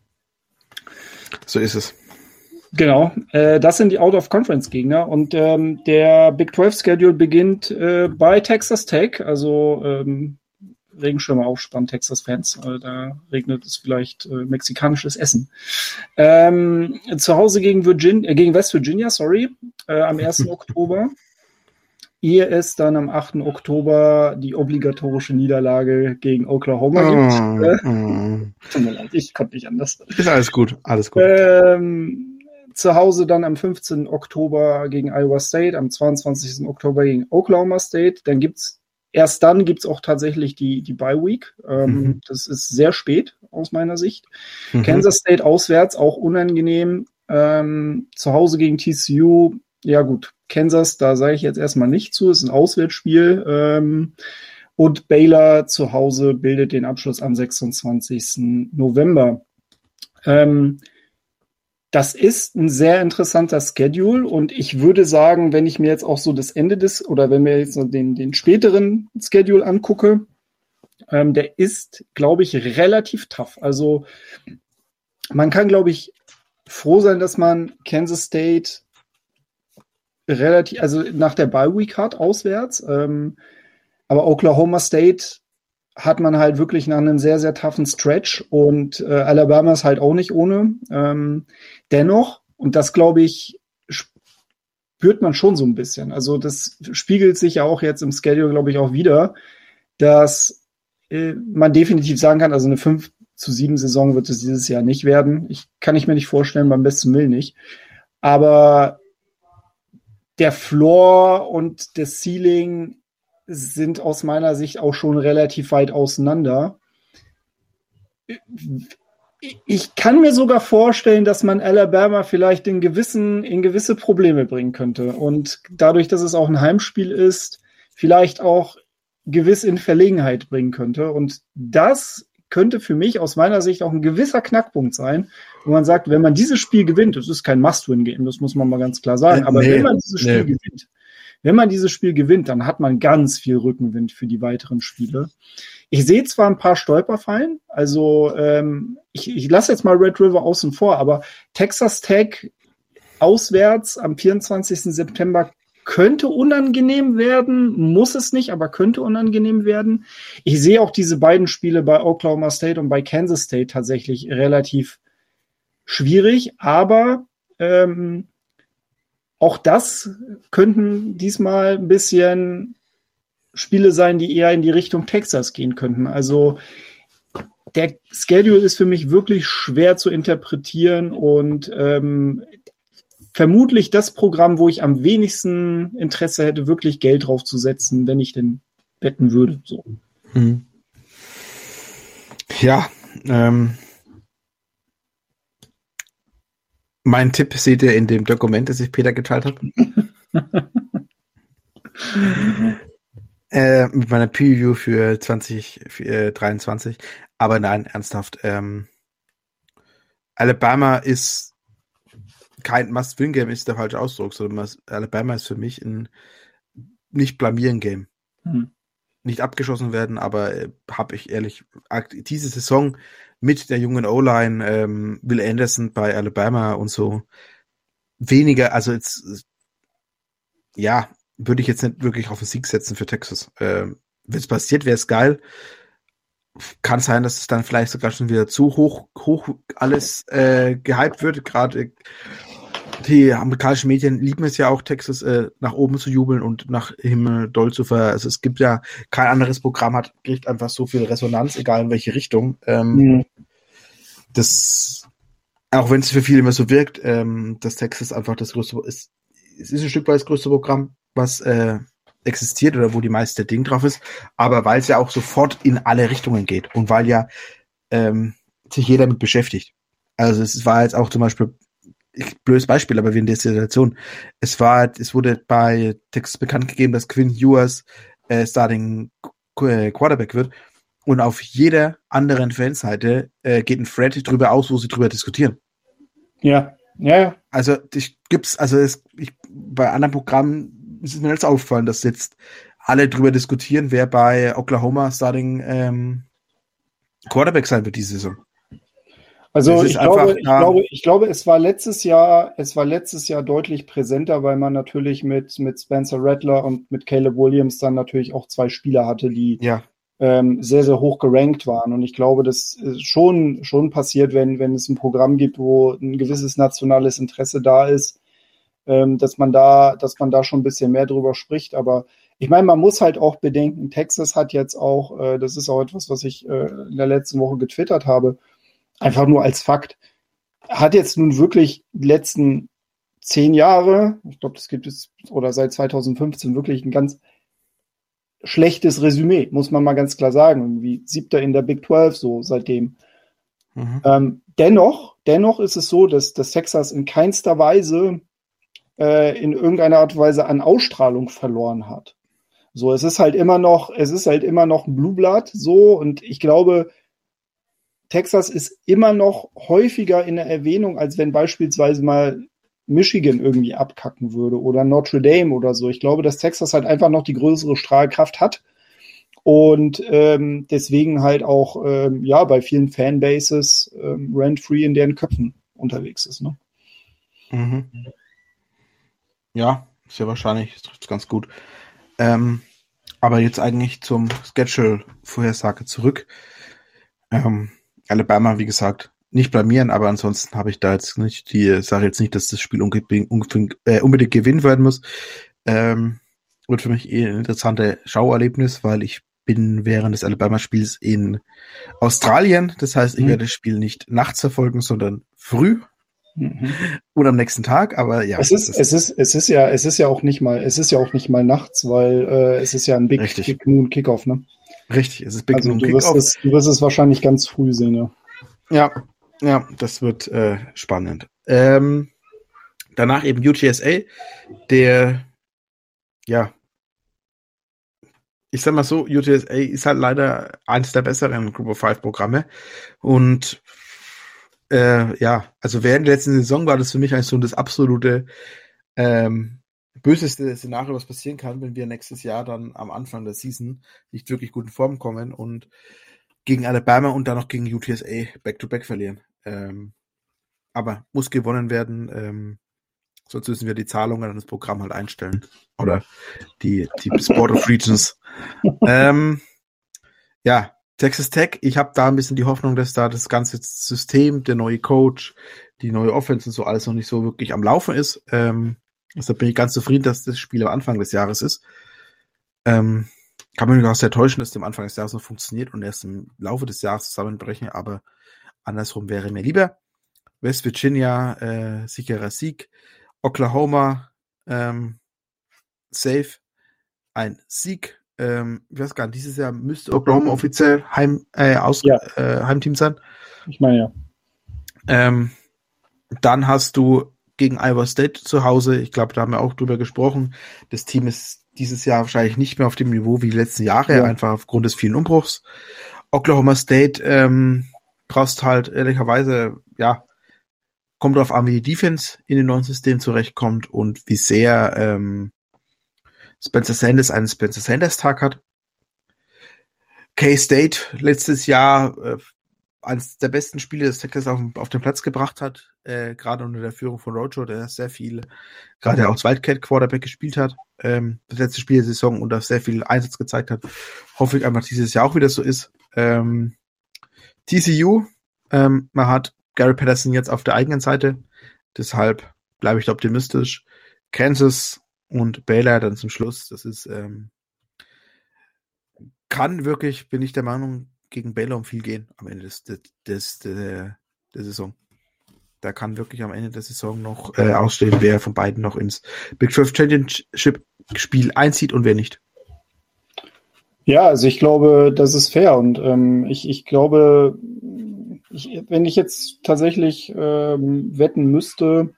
So ist es. Genau, äh, das sind die Out-of-Conference-Gegner und ähm, der Big zwölf-Schedule beginnt äh, bei Texas Tech, also ähm, Regenschirme aufspannen, Texas-Fans. Äh, da regnet es vielleicht äh, mexikanisches Essen. Ähm, zu Hause gegen, Virginia, äh, gegen West Virginia, sorry, äh, am ersten Oktober. Ehe es dann am achten Oktober die obligatorische Niederlage gegen Oklahoma oh, gibt. Äh, oh. Tut mir leid, ich konnte nicht anders. Ist alles gut, alles gut. Ähm, zu Hause dann am fünfzehnten Oktober gegen Iowa State, am zweiundzwanzigsten Oktober gegen Oklahoma State. Dann gibt's Erst dann gibt es auch tatsächlich die, die Bye-Week. Ähm, mhm. Das ist sehr spät aus meiner Sicht. Mhm. Kansas State auswärts, auch unangenehm. Ähm, zu Hause gegen T C U, ja gut, Kansas, da sage ich jetzt erstmal nicht zu, ist ein Auswärtsspiel. Ähm, und Baylor zu Hause bildet den Abschluss am sechsundzwanzigsten November. Ähm, Das ist ein sehr interessanter Schedule und ich würde sagen, wenn ich mir jetzt auch so das Ende des, oder wenn wir jetzt so den, den späteren Schedule angucke, ähm, der ist, glaube ich, relativ tough. Also man kann, glaube ich, froh sein, dass man Kansas State relativ, also nach der Bye Week hat, auswärts, ähm, aber Oklahoma State hat man halt wirklich nach einem sehr, sehr toughen Stretch und äh, Alabama ist halt auch nicht ohne. Ähm, dennoch, und das glaube ich, spürt man schon so ein bisschen. Also das spiegelt sich ja auch jetzt im Schedule, glaube ich, auch wieder, dass äh, man definitiv sagen kann, also eine fünf zu sieben Saison wird es dieses Jahr nicht werden. Ich kann ich mir nicht vorstellen, beim besten Willen nicht. Aber der Floor und das Ceiling sind aus meiner Sicht auch schon relativ weit auseinander. Ich kann mir sogar vorstellen, dass man Alabama vielleicht in gewissen, in gewisse Probleme bringen könnte. Und dadurch, dass es auch ein Heimspiel ist, vielleicht auch gewiss in Verlegenheit bringen könnte. Und das könnte für mich aus meiner Sicht auch ein gewisser Knackpunkt sein, wo man sagt, wenn man dieses Spiel gewinnt, das ist kein Must-Win-Game, das muss man mal ganz klar sagen, aber nee, wenn man dieses Spiel nee. gewinnt, Wenn man dieses Spiel gewinnt, dann hat man ganz viel Rückenwind für die weiteren Spiele. Ich sehe zwar ein paar Stolperfallen, also ähm, ich, ich lasse jetzt mal Red River außen vor, aber Texas Tech auswärts am vierundzwanzigsten September könnte unangenehm werden, muss es nicht, aber könnte unangenehm werden. Ich sehe auch diese beiden Spiele bei Oklahoma State und bei Kansas State tatsächlich relativ schwierig, aber ähm, auch das könnten diesmal ein bisschen Spiele sein, die eher in die Richtung Texas gehen könnten. Also der Schedule ist für mich wirklich schwer zu interpretieren und ähm, vermutlich das Programm, wo ich am wenigsten Interesse hätte, wirklich Geld drauf zu setzen, wenn ich denn wetten würde. So. Hm. Ja, ähm, mein Tipp seht ihr in dem Dokument, das ich Peter geteilt habe. äh, mit meiner Preview für zwanzig dreiundzwanzig. Aber nein, ernsthaft. Ähm, Alabama ist kein Must-Win-Game, ist der falsche Ausdruck, sondern Alabama ist für mich ein Nicht-Blamieren-Game. Hm. Nicht abgeschossen werden, aber äh, habe ich ehrlich, diese Saison mit der jungen O-Line, ähm, Will Anderson bei Alabama und so, weniger, also jetzt ja, würde ich jetzt nicht wirklich auf den Sieg setzen für Texas. Ähm, wenn es passiert, wäre es geil. Kann sein, dass es dann vielleicht sogar schon wieder zu hoch, hoch alles äh, gehypt wird. Gerade die amerikanischen Medien lieben es ja auch, Texas äh, nach oben zu jubeln und nach Himmel doll zu ver... Also es gibt ja kein anderes Programm, hat kriegt einfach so viel Resonanz, egal in welche Richtung. Ähm, mhm. Das, auch wenn es für viele immer so wirkt, ähm, dass Texas einfach das größte ist. Es ist ein Stück weit das größte Programm, was äh, existiert oder wo die meiste Ding drauf ist, aber weil es ja auch sofort in alle Richtungen geht und weil ja ähm, sich jeder damit beschäftigt. Also es war jetzt auch zum Beispiel, ich, blödes Beispiel, aber wie in der Situation, es war, es wurde bei Texas bekannt gegeben, dass Quinn Ewers äh, Starting Quarterback wird und auf jeder anderen Fanseite äh, geht ein Thread drüber aus, wo sie drüber diskutieren. Ja, ja, ja. Also ich gibt's, also es, ich, bei anderen Programmen ist es mir jetzt aufgefallen, dass jetzt alle drüber diskutieren, wer bei Oklahoma Starting ähm, Quarterback sein wird diese Saison. Also ich glaube, ich glaube, ich glaube, es war letztes Jahr, es war letztes Jahr deutlich präsenter, weil man natürlich mit mit Spencer Rattler und mit Caleb Williams dann natürlich auch zwei Spieler hatte, die ja. ähm, sehr sehr hoch gerankt waren. Und ich glaube, das ist schon schon passiert, wenn wenn es ein Programm gibt, wo ein gewisses nationales Interesse da ist, ähm, dass man da, dass man da schon ein bisschen mehr drüber spricht. Aber ich meine, man muss halt auch bedenken, Texas hat jetzt auch, äh, das ist auch etwas, was ich äh, in der letzten Woche getwittert habe, einfach nur als Fakt, hat jetzt nun wirklich die letzten zehn Jahre, ich glaube, das gibt es, oder seit zweitausendfünfzehn wirklich ein ganz schlechtes Resümee, muss man mal ganz klar sagen. Irgendwie siebter in der Big zwölf, so seitdem. Mhm. Ähm, dennoch, dennoch ist es so, dass, dass Texas in keinster Weise äh, in irgendeiner Art und Weise an Ausstrahlung verloren hat. So, es ist halt immer noch, es ist halt immer noch ein Blue Blood, so, und ich glaube, Texas ist immer noch häufiger in der Erwähnung, als wenn beispielsweise mal Michigan irgendwie abkacken würde oder Notre Dame oder so. Ich glaube, dass Texas halt einfach noch die größere Strahlkraft hat und ähm, deswegen halt auch ähm, ja bei vielen Fanbases ähm, rent-free in deren Köpfen unterwegs ist. Ne? Mhm. Ja, ist ja wahrscheinlich, das trifft es ganz gut. Ähm, aber jetzt eigentlich zum Schedule-Vorhersage zurück. Ähm, Alabama, wie gesagt, nicht blamieren, aber ansonsten habe ich da jetzt nicht die Sache jetzt nicht, dass das Spiel unbedingt, äh, unbedingt gewinnen werden muss. Ähm, wird für mich eh ein interessantes Schauerlebnis, weil ich bin während des Alabama-Spiels in Australien. Das heißt, ich mhm. werde das Spiel nicht nachts verfolgen, sondern früh mhm. oder am nächsten Tag. Aber ja, es ist, es ist, es ist ja, es ist ja auch nicht mal, es ist ja auch nicht mal nachts, weil äh, es ist ja ein Big, Big Noon Kickoff, ne? Richtig, es ist Big also Noon du Kickoff. Wirst es, du wirst es wahrscheinlich ganz früh sehen, ja. Ja, ja, das wird äh, spannend. Ähm, danach eben U T S A, der, ja, ich sag mal so, U T S A ist halt leider eines der besseren Group of Five Programme und äh, ja, also während der letzten Saison war das für mich eigentlich so das absolute ähm, böseste Szenario, was passieren kann, wenn wir nächstes Jahr dann am Anfang der Season nicht wirklich gut in Form kommen und gegen Alabama und dann noch gegen U T S A Back-to-Back verlieren. Ähm, aber muss gewonnen werden, ähm, sonst müssen wir die Zahlungen an das Programm halt einstellen. Oder die, die Board of Regents. ähm, ja, Texas Tech, ich habe da ein bisschen die Hoffnung, dass da das ganze System, der neue Coach, die neue Offense und so alles noch nicht so wirklich am Laufen ist. Ähm, deshalb bin ich ganz zufrieden, dass das Spiel am Anfang des Jahres ist. Ähm, kann man mich auch sehr täuschen, dass es am Anfang des Jahres noch funktioniert und erst im Laufe des Jahres zusammenbrechen, aber andersrum wäre mir lieber. West Virginia, äh, sicherer Sieg. Oklahoma, ähm, safe, ein Sieg. Ähm, ich weiß gar nicht, dieses Jahr müsste Oklahoma offiziell Heim, äh, aus, ja. äh, Heimteam sein. Ich meine ja. Ähm, dann hast du gegen Iowa State zu Hause, ich glaube, da haben wir auch drüber gesprochen, das Team ist dieses Jahr wahrscheinlich nicht mehr auf dem Niveau wie die letzten Jahre, ja. einfach aufgrund des vielen Umbruchs. Oklahoma State ähm, brauchst halt ehrlicherweise, ja, kommt drauf an, wie die Defense in dem neuen System zurechtkommt und wie sehr ähm, Spencer Sanders einen Spencer Sanders Tag hat. K-State letztes Jahr äh, eines der besten Spiele, das Texas auf, auf den Platz gebracht hat, äh, gerade unter der Führung von Rojo, der sehr viel, gerade auch als Wildcat Quarterback gespielt hat, ähm, das letzte Spiel der Saison und da sehr viel Einsatz gezeigt hat. Hoffe ich einfach, dieses Jahr auch wieder so ist. Ähm, T C U, ähm, man hat Gary Patterson jetzt auf der eigenen Seite, deshalb bleibe ich da optimistisch. Kansas und Baylor dann zum Schluss, das ist, ähm, kann wirklich, bin ich der Meinung, gegen Baylor um viel gehen am Ende des, des, des, der, der Saison. Da kann wirklich am Ende der Saison noch äh, ausstehen, wer von beiden noch ins Big zwölf Championship Spiel einzieht und wer nicht. Ja, also ich glaube, das ist fair und ähm, ich, ich glaube, ich, wenn ich jetzt tatsächlich ähm, wetten müsste,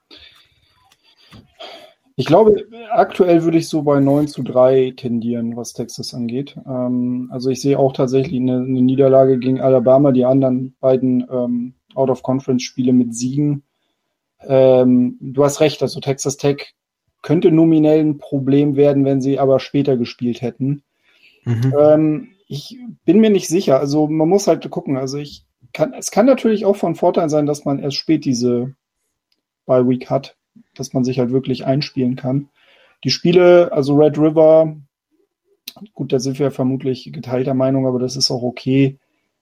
ich glaube, aktuell würde ich so bei neun zu drei tendieren, was Texas angeht. Ähm, also ich sehe auch tatsächlich eine, eine Niederlage gegen Alabama, die anderen beiden ähm, Out-of-Conference-Spiele mit Siegen. Ähm, du hast recht, also Texas Tech könnte nominell ein Problem werden, wenn sie aber später gespielt hätten. Mhm. Ähm, ich bin mir nicht sicher, also man muss halt gucken. Also ich kann, es kann natürlich auch von Vorteil sein, dass man erst spät diese Bye Week hat, dass man sich halt wirklich einspielen kann. Die Spiele, also Red River, gut, da sind wir vermutlich geteilter Meinung, aber das ist auch okay.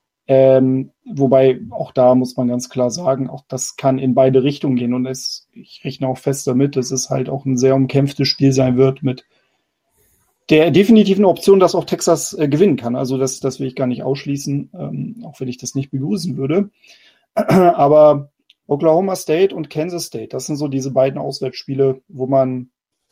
Ähm, wobei auch da muss man ganz klar sagen, auch das kann in beide Richtungen gehen und es, ich rechne auch fest damit, dass es halt auch ein sehr umkämpftes Spiel sein wird mit der definitiven Option, dass auch Texas äh, gewinnen kann. Also das, das will ich gar nicht ausschließen, ähm, auch wenn ich das nicht begrüßen würde. Aber Oklahoma State und Kansas State, das sind so diese beiden Auswärtsspiele, wo man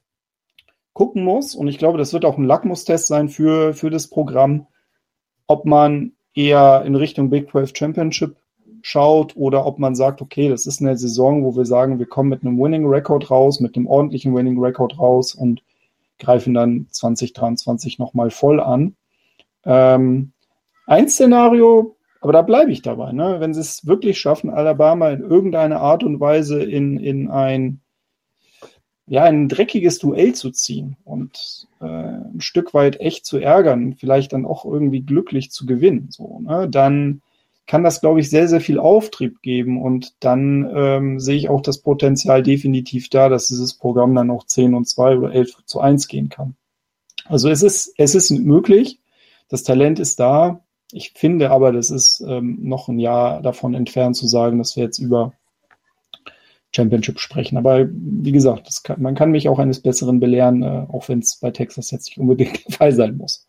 gucken muss. Und ich glaube, das wird auch ein Lackmustest sein für, für das Programm, ob man eher in Richtung Big zwölf Championship schaut oder ob man sagt, okay, das ist eine Saison, wo wir sagen, wir kommen mit einem Winning Record raus, mit einem ordentlichen Winning Record raus und greifen dann zwanzig dreiundzwanzig nochmal voll an. Ähm, ein Szenario, aber da bleibe ich dabei, ne? Wenn sie es wirklich schaffen, Alabama in irgendeiner Art und Weise in, in ein, ja, ein dreckiges Duell zu ziehen und äh, ein Stück weit echt zu ärgern, vielleicht dann auch irgendwie glücklich zu gewinnen, so, ne? Dann kann das, glaube ich, sehr, sehr viel Auftrieb geben und dann ähm, sehe ich auch das Potenzial definitiv da, dass dieses Programm dann auch zehn und zwei oder elf zu eins gehen kann. Also es ist, es ist möglich, das Talent ist da. Ich finde aber, das ist ähm, noch ein Jahr davon entfernt zu sagen, dass wir jetzt über Championship sprechen. Aber wie gesagt, das kann, man kann mich auch eines Besseren belehren, äh, auch wenn es bei Texas jetzt nicht unbedingt der Fall sein muss.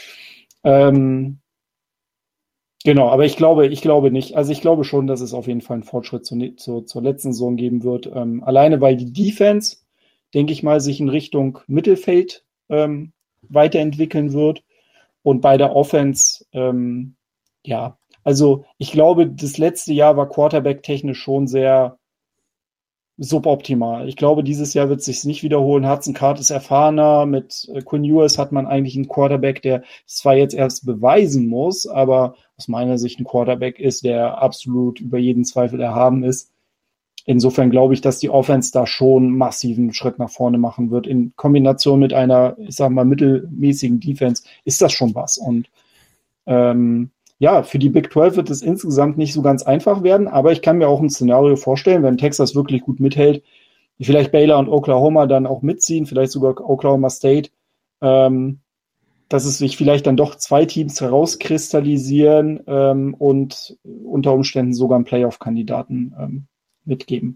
Ähm, genau, aber ich glaube, ich glaube nicht. Also ich glaube schon, dass es auf jeden Fall einen Fortschritt zu, zu, zur letzten Saison geben wird. Ähm, alleine weil die Defense, denke ich mal, sich in Richtung Mittelfeld ähm, weiterentwickeln wird. Und bei der Offense, ähm, ja, also ich glaube, das letzte Jahr war Quarterback-technisch schon sehr suboptimal. Ich glaube, dieses Jahr wird es sich nicht wiederholen. Hudson Card ist erfahrener. Mit äh, Quinn Ewers hat man eigentlich einen Quarterback, der zwar jetzt erst beweisen muss, aber aus meiner Sicht ein Quarterback ist, der absolut über jeden Zweifel erhaben ist. Insofern glaube ich, dass die Offense da schon massiven Schritt nach vorne machen wird. In Kombination mit einer, ich sag mal, mittelmäßigen Defense ist das schon was. Und ähm, ja, für die Big zwölf wird es insgesamt nicht so ganz einfach werden, aber ich kann mir auch ein Szenario vorstellen, wenn Texas wirklich gut mithält, wie vielleicht Baylor und Oklahoma dann auch mitziehen, vielleicht sogar Oklahoma State, ähm, dass es sich vielleicht dann doch zwei Teams herauskristallisieren ähm, und unter Umständen sogar einen Playoff-Kandidaten ähm, mitgeben.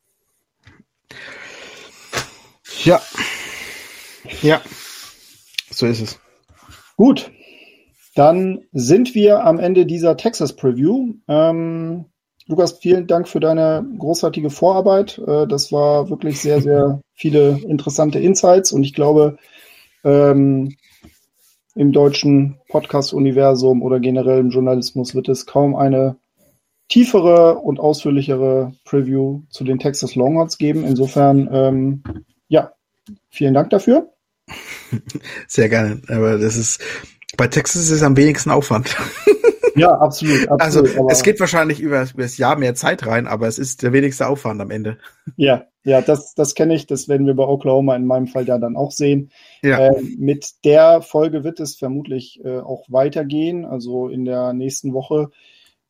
Ja. Ja. So ist es. Gut. Dann sind wir am Ende dieser Texas-Preview. Ähm, Lukas, vielen Dank für deine großartige Vorarbeit. Äh, das war wirklich sehr, sehr viele interessante Insights und ich glaube, ähm, im deutschen Podcast-Universum oder generell im Journalismus wird es kaum eine tiefere und ausführlichere Preview zu den Texas Longhorns geben. Insofern, ähm, ja, vielen Dank dafür. Sehr gerne, aber das ist, bei Texas ist es am wenigsten Aufwand. Ja, absolut. absolut also es geht wahrscheinlich über, über das Jahr mehr Zeit rein, aber es ist der wenigste Aufwand am Ende. Ja, ja, das, das kenne ich. Das werden wir bei Oklahoma in meinem Fall ja dann auch sehen. Ja. Äh, mit der Folge wird es vermutlich äh, auch weitergehen, also in der nächsten Woche.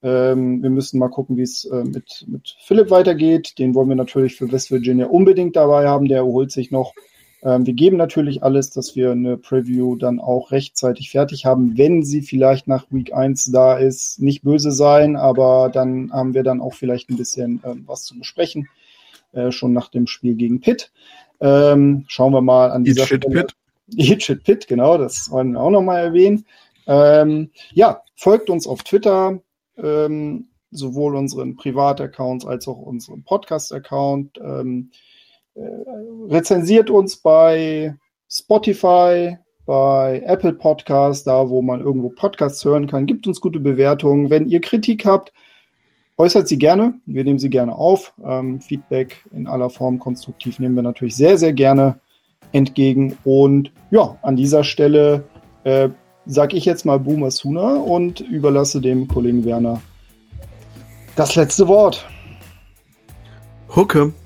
Ähm, wir müssen mal gucken, wie es äh, mit, mit Philipp weitergeht. Den wollen wir natürlich für West Virginia unbedingt dabei haben. Der erholt sich noch. Ähm, wir geben natürlich alles, dass wir eine Preview dann auch rechtzeitig fertig haben, wenn sie vielleicht nach Week eins da ist. Nicht böse sein, aber dann haben wir dann auch vielleicht ein bisschen äh, was zu besprechen. Äh, schon nach dem Spiel gegen Pitt. Ähm, schauen wir mal an dieser Stelle. Pitt. Eat Shit Pitt, genau, das wollen wir auch nochmal erwähnen. Ähm, ja, folgt uns auf Twitter, ähm, sowohl unseren Privataccounts als auch unseren Podcast-Account. Ähm, äh, rezensiert uns bei Spotify, bei Apple Podcasts, da wo man irgendwo Podcasts hören kann. Gibt uns gute Bewertungen. Wenn ihr Kritik habt, äußert sie gerne. Wir nehmen sie gerne auf. Ähm, Feedback in aller Form konstruktiv nehmen wir natürlich sehr, sehr gerne entgegen. Und ja, an dieser Stelle äh, sage ich jetzt mal Boomer Sooner und überlasse dem Kollegen Werner das letzte Wort. Hucke.